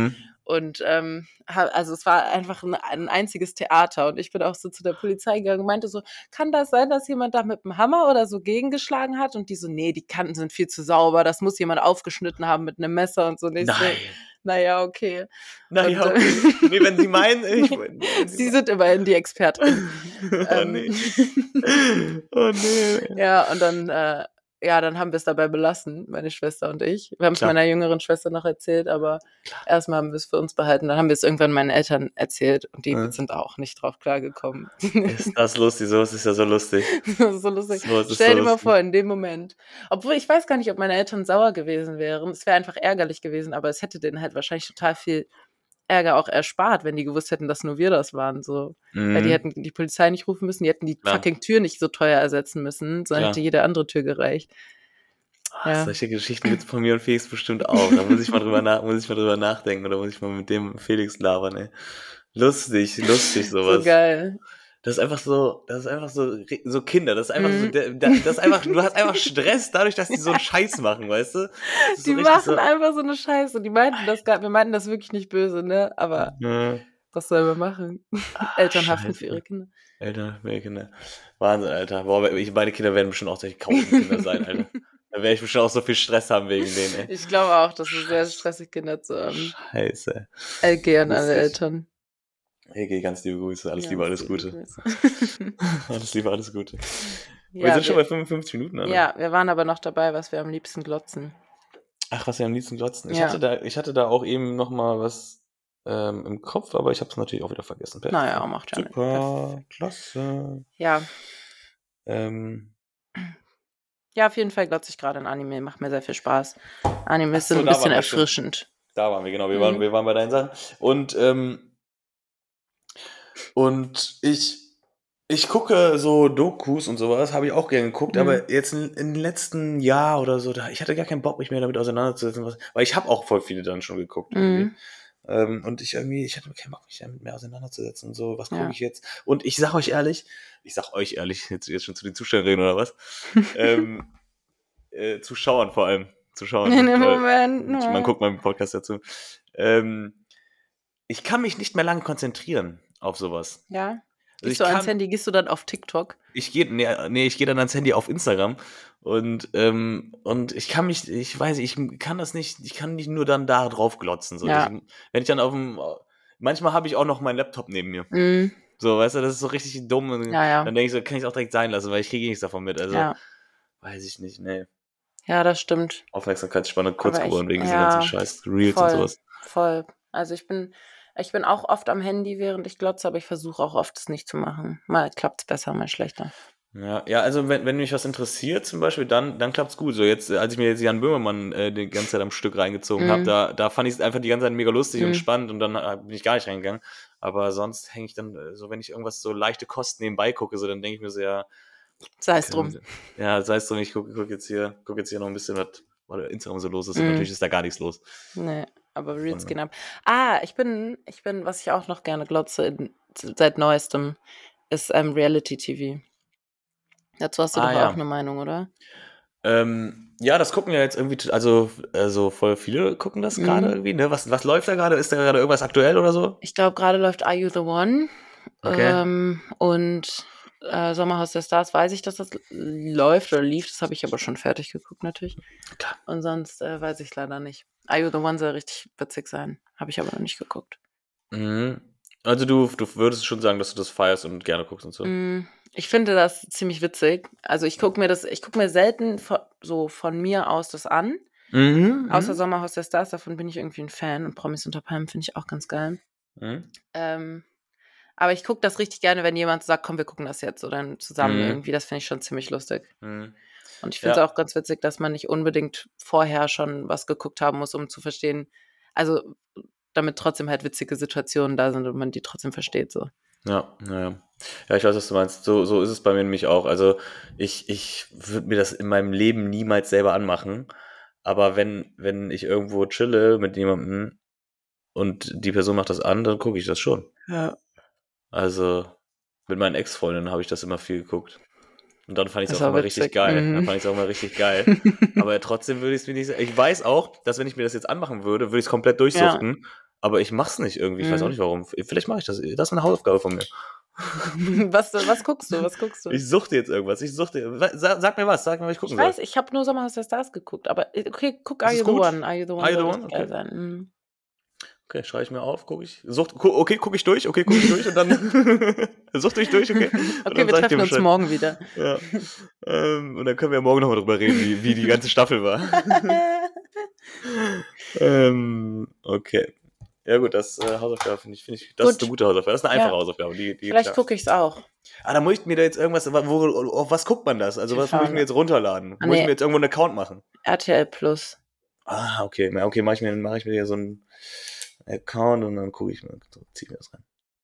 Und also es war einfach ein einziges Theater. Und ich bin auch so zu der Polizei gegangen und meinte so, kann das sein, dass jemand da mit einem Hammer oder so gegengeschlagen hat? Und die so, nee, die Kanten sind viel zu sauber, das muss jemand aufgeschnitten haben mit einem Messer und so. Und ich so, Nein. naja, okay. Naja, okay. Nee, wenn Sie meinen, Sie sind immerhin die Expertin. Oh nee. Oh nee. Ja, und dann haben wir es dabei belassen, meine Schwester und ich. Wir haben es meiner jüngeren Schwester noch erzählt, aber erstmal haben wir es für uns behalten. Dann haben wir es irgendwann meinen Eltern erzählt und die sind auch nicht drauf klargekommen. Ist das lustig? Sowas ist ja so lustig. Das ist so lustig. Stell dir mal vor, in dem Moment. Obwohl, ich weiß gar nicht, ob meine Eltern sauer gewesen wären. Es wäre einfach ärgerlich gewesen, aber es hätte denen halt wahrscheinlich total viel Ärger auch erspart, wenn die gewusst hätten, dass nur wir das waren. So. Weil die hätten die Polizei nicht rufen müssen, die hätten die fucking Tür nicht so teuer ersetzen müssen, sondern hätte jede andere Tür gereicht. Ja. Solche Geschichten gibt es von mir und Felix bestimmt auch. Da muss ich mal drüber nachdenken oder muss ich mal mit dem Felix labern, ey. Lustig sowas. So geil. Das ist einfach so Kinder, das ist einfach so, das ist einfach, du hast einfach Stress dadurch, dass die so einen Scheiß machen, weißt du? Die machen einfach so eine Scheiße. Wir meinten das wirklich nicht böse, ne? Aber was sollen wir machen? Eltern haften für ihre Kinder. Wahnsinn, Alter. Boah, meine Kinder werden bestimmt auch solche Kinder sein, Alter. Da werde ich bestimmt auch so viel Stress haben wegen denen, ey. Ich glaube auch, dass es sehr stressig Kinder zu haben. Scheiße. LG an alle Eltern. LG, ganz liebe Grüße. Alles Liebe, alles Gute. Alles Liebe, alles Gute. Ja, wir sind schon bei 55 Minuten, oder? Ja, wir waren aber noch dabei, was wir am liebsten glotzen. Ach, was wir am liebsten glotzen. Ich hatte da auch eben noch mal was im Kopf, aber ich habe es natürlich auch wieder vergessen. Perfekt. Naja, macht ja super, klasse. Ja. Ja, auf jeden Fall glotze ich gerade in Anime. Macht mir sehr viel Spaß. Anime sind ein bisschen erfrischend. Da waren wir, genau. Wir waren bei deinen Sachen. Und ich gucke so Dokus und sowas, habe ich auch gerne geguckt, aber jetzt im letzten Jahr oder so, ich hatte gar keinen Bock, mich mehr damit auseinanderzusetzen, weil ich habe auch voll viele dann schon geguckt. Und ich hatte keinen Bock, mich damit mehr auseinanderzusetzen und so, was gucke ich jetzt? Und ich sag euch ehrlich, jetzt schon zu den Zuschauern reden oder was? Zuschauern vor allem. Zuschauern. In dem Moment. Man guckt mal im Podcast dazu. Ich kann mich nicht mehr lange konzentrieren auf sowas. Ja. Gehst du ans Handy, gehst du dann auf TikTok? Ich gehe dann ans Handy auf Instagram und ich kann nicht nur dann da drauf glotzen. So. Ja. Wenn ich dann manchmal habe ich auch noch meinen Laptop neben mir. So, weißt du, das ist so richtig dumm. Und dann denke ich so, kann ich es auch direkt sein lassen, weil ich kriege nichts davon mit. Also, weiß ich nicht, nee. Ja, das stimmt. Aufmerksamkeitsspanne kurz geworden wegen diesen ganzen Scheiß Reels und sowas. Voll. Also ich bin auch oft am Handy, während ich glotze, aber ich versuche auch oft, es nicht zu machen. Mal klappt es besser, mal schlechter. Ja, also wenn mich was interessiert zum Beispiel, dann klappt es gut. So jetzt, als ich mir jetzt Jan Böhmermann die ganze Zeit am Stück reingezogen habe, da fand ich es einfach die ganze Zeit mega lustig und spannend und dann bin ich gar nicht reingegangen. Aber sonst hänge ich dann, so wenn ich irgendwas so leichte Kosten nebenbei gucke, so dann denke ich mir so, ja, sei es drum. Ja, sei es drum, ich guck jetzt hier noch ein bisschen, was bei Instagram so los ist. Und natürlich ist da gar nichts los. Nee, aber Reels gehen ab. Ich bin, was ich auch noch gerne glotze seit Neuestem, ist Reality-TV. Dazu hast du doch auch eine Meinung, oder? Ja, das gucken ja jetzt irgendwie, also voll viele gucken das gerade irgendwie, ne? Was läuft da gerade? Ist da gerade irgendwas aktuell oder so? Ich glaube, gerade läuft Are You the One? Okay. Und Sommerhaus der Stars weiß ich, dass das läuft oder lief. Das habe ich aber schon fertig geguckt natürlich. Klar. Und sonst weiß ich leider nicht. Are You the One soll richtig witzig sein. Habe ich aber noch nicht geguckt. Also du würdest schon sagen, dass du das feierst und gerne guckst und so? Ich finde das ziemlich witzig. Also ich gucke mir selten von mir aus das an. Außer Sommerhaus der Stars, davon bin ich irgendwie ein Fan. Und Promis unter Palmen finde ich auch ganz geil. Aber ich gucke das richtig gerne, wenn jemand sagt, komm, wir gucken das jetzt oder zusammen irgendwie. Das finde ich schon ziemlich lustig. Und ich finde es auch ganz witzig, dass man nicht unbedingt vorher schon was geguckt haben muss, um zu verstehen, also damit trotzdem halt witzige Situationen da sind und man die trotzdem versteht. So. Ja, ich weiß, was du meinst. So ist es bei mir nämlich auch. Also ich würde mir das in meinem Leben niemals selber anmachen. Aber wenn ich irgendwo chille mit jemandem und die Person macht das an, dann gucke ich das schon. Ja. Also mit meinen Ex-Freundinnen habe ich das immer viel geguckt. Und dann fand ich es auch immer richtig geil. Aber trotzdem würde ich es mir nicht sagen. Ich weiß auch, dass wenn ich mir das jetzt anmachen würde, würde ich es komplett durchsuchten. Ja. aber ich mach's nicht irgendwie. Ich weiß auch nicht warum. Vielleicht mache ich das. Das ist eine Hausaufgabe von mir. Was guckst du? Ich suchte jetzt irgendwas. Sag mir was. Sag mir, was ich gucken soll. Ich weiß, ich habe nur Sommerhaus der Stars geguckt, aber okay, guck Ist Are es You the gut? One. Are You the One Are You the soll One? richtig geil sein. Okay, schreibe ich mir auf, gucke ich. Okay, gucke ich durch, und dann suchte ich durch, okay. Okay, wir treffen uns morgen wieder. Ja. Und dann können wir morgen nochmal drüber reden, wie die ganze Staffel war. Okay. Ja gut, das Hausaufgabe finde ich, das ist eine gute Hausaufgabe. Das ist eine einfache Hausaufgabe. Vielleicht gucke ich es auch. Da muss ich mir da jetzt irgendwas, auf was guckt man das? Also was muss ich mir jetzt runterladen? Muss ich mir jetzt irgendwo einen Account machen? RTL Plus. Okay, mache ich mir hier so einen Account und dann gucke ich mir, ziehe ich mir das rein.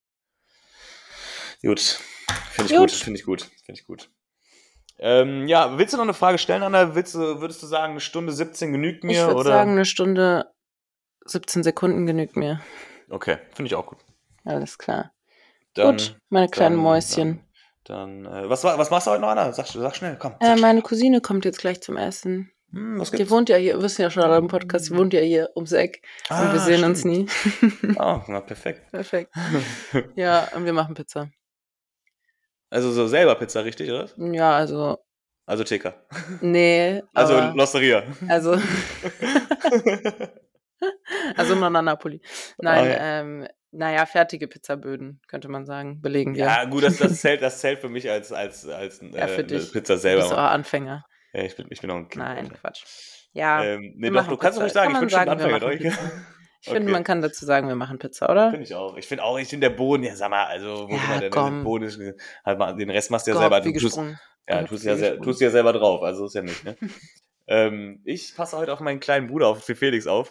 Gut, finde ich gut. Ja, willst du noch eine Frage stellen, Anna? Würdest du sagen, 1 Stunde 17 genügt mir? Ich würde sagen, 1 Stunde 17 Sekunden genügt mir. Okay, finde ich auch gut. Alles klar. Gut, meine kleinen Mäuschen. Was machst du heute noch, Anna? Sag schnell, komm. Meine Cousine kommt jetzt gleich zum Essen. Was gibt's? Die wohnt ja hier, wissen ja schon alle im Podcast, die wohnt ja hier ums Eck. Und wir sehen uns nie. Na, perfekt. Perfekt. Ja, und wir machen Pizza. Also so selber Pizza, richtig, oder? Ja, also... Also TK. Nee. Also L'Osteria. Also Nonna Napoli. Nein, naja, fertige Pizzaböden, könnte man sagen, belegen wir. Ja, gut, das zählt für mich als für dich. Pizza selber. Du bist auch Anfänger. Ja, ich bin auch ein Kind. Nein, Quatsch. Ja, nee, doch, du kannst ruhig sagen, ich bin schon Anfänger. Ich finde, man kann dazu sagen, wir machen Pizza, oder? Finde ich auch. Ich finde der Boden, ja, sag mal, also, wo immer der Boden ist, halt mal, den Rest machst du ja selber. Du tust ja selber drauf, also ist ja nicht, ne? Ich passe heute auf meinen kleinen Bruder, auf Felix auf.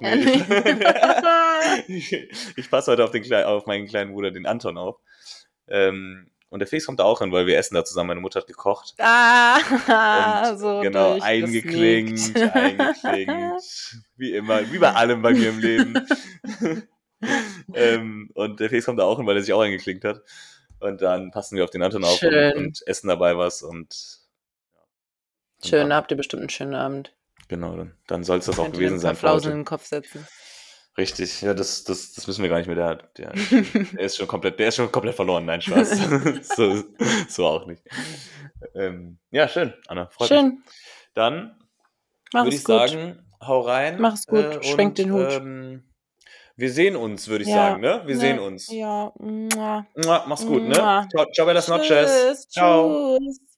Ich passe heute auf meinen kleinen Bruder, den Anton, auf. Und der Felix kommt da auch hin, weil wir essen da zusammen. Meine Mutter hat gekocht. Und so genau, eingeklingt. Wie immer, wie bei allem bei mir im Leben. Und der Felix kommt da auch hin, weil er sich auch eingeklinkt hat. Und dann passen wir auf den Anton auf und essen dabei was. Schön, da habt ihr bestimmt einen schönen Abend. Genau, dann soll es das auch gewesen sein. Flausen in den Kopf setzen. Richtig, ja, das müssen wir gar nicht mehr. Der ist schon komplett verloren. Nein, Spaß. so auch nicht. Ja, schön, Anna, freut mich. Dann würde ich sagen, hau rein. Mach's gut, schwenk den Hut. Wir sehen uns, würde ich sagen, ne? Wir sehen uns. Ja. Mach's gut, ne? Ciao, Bellas Noches. Ciao.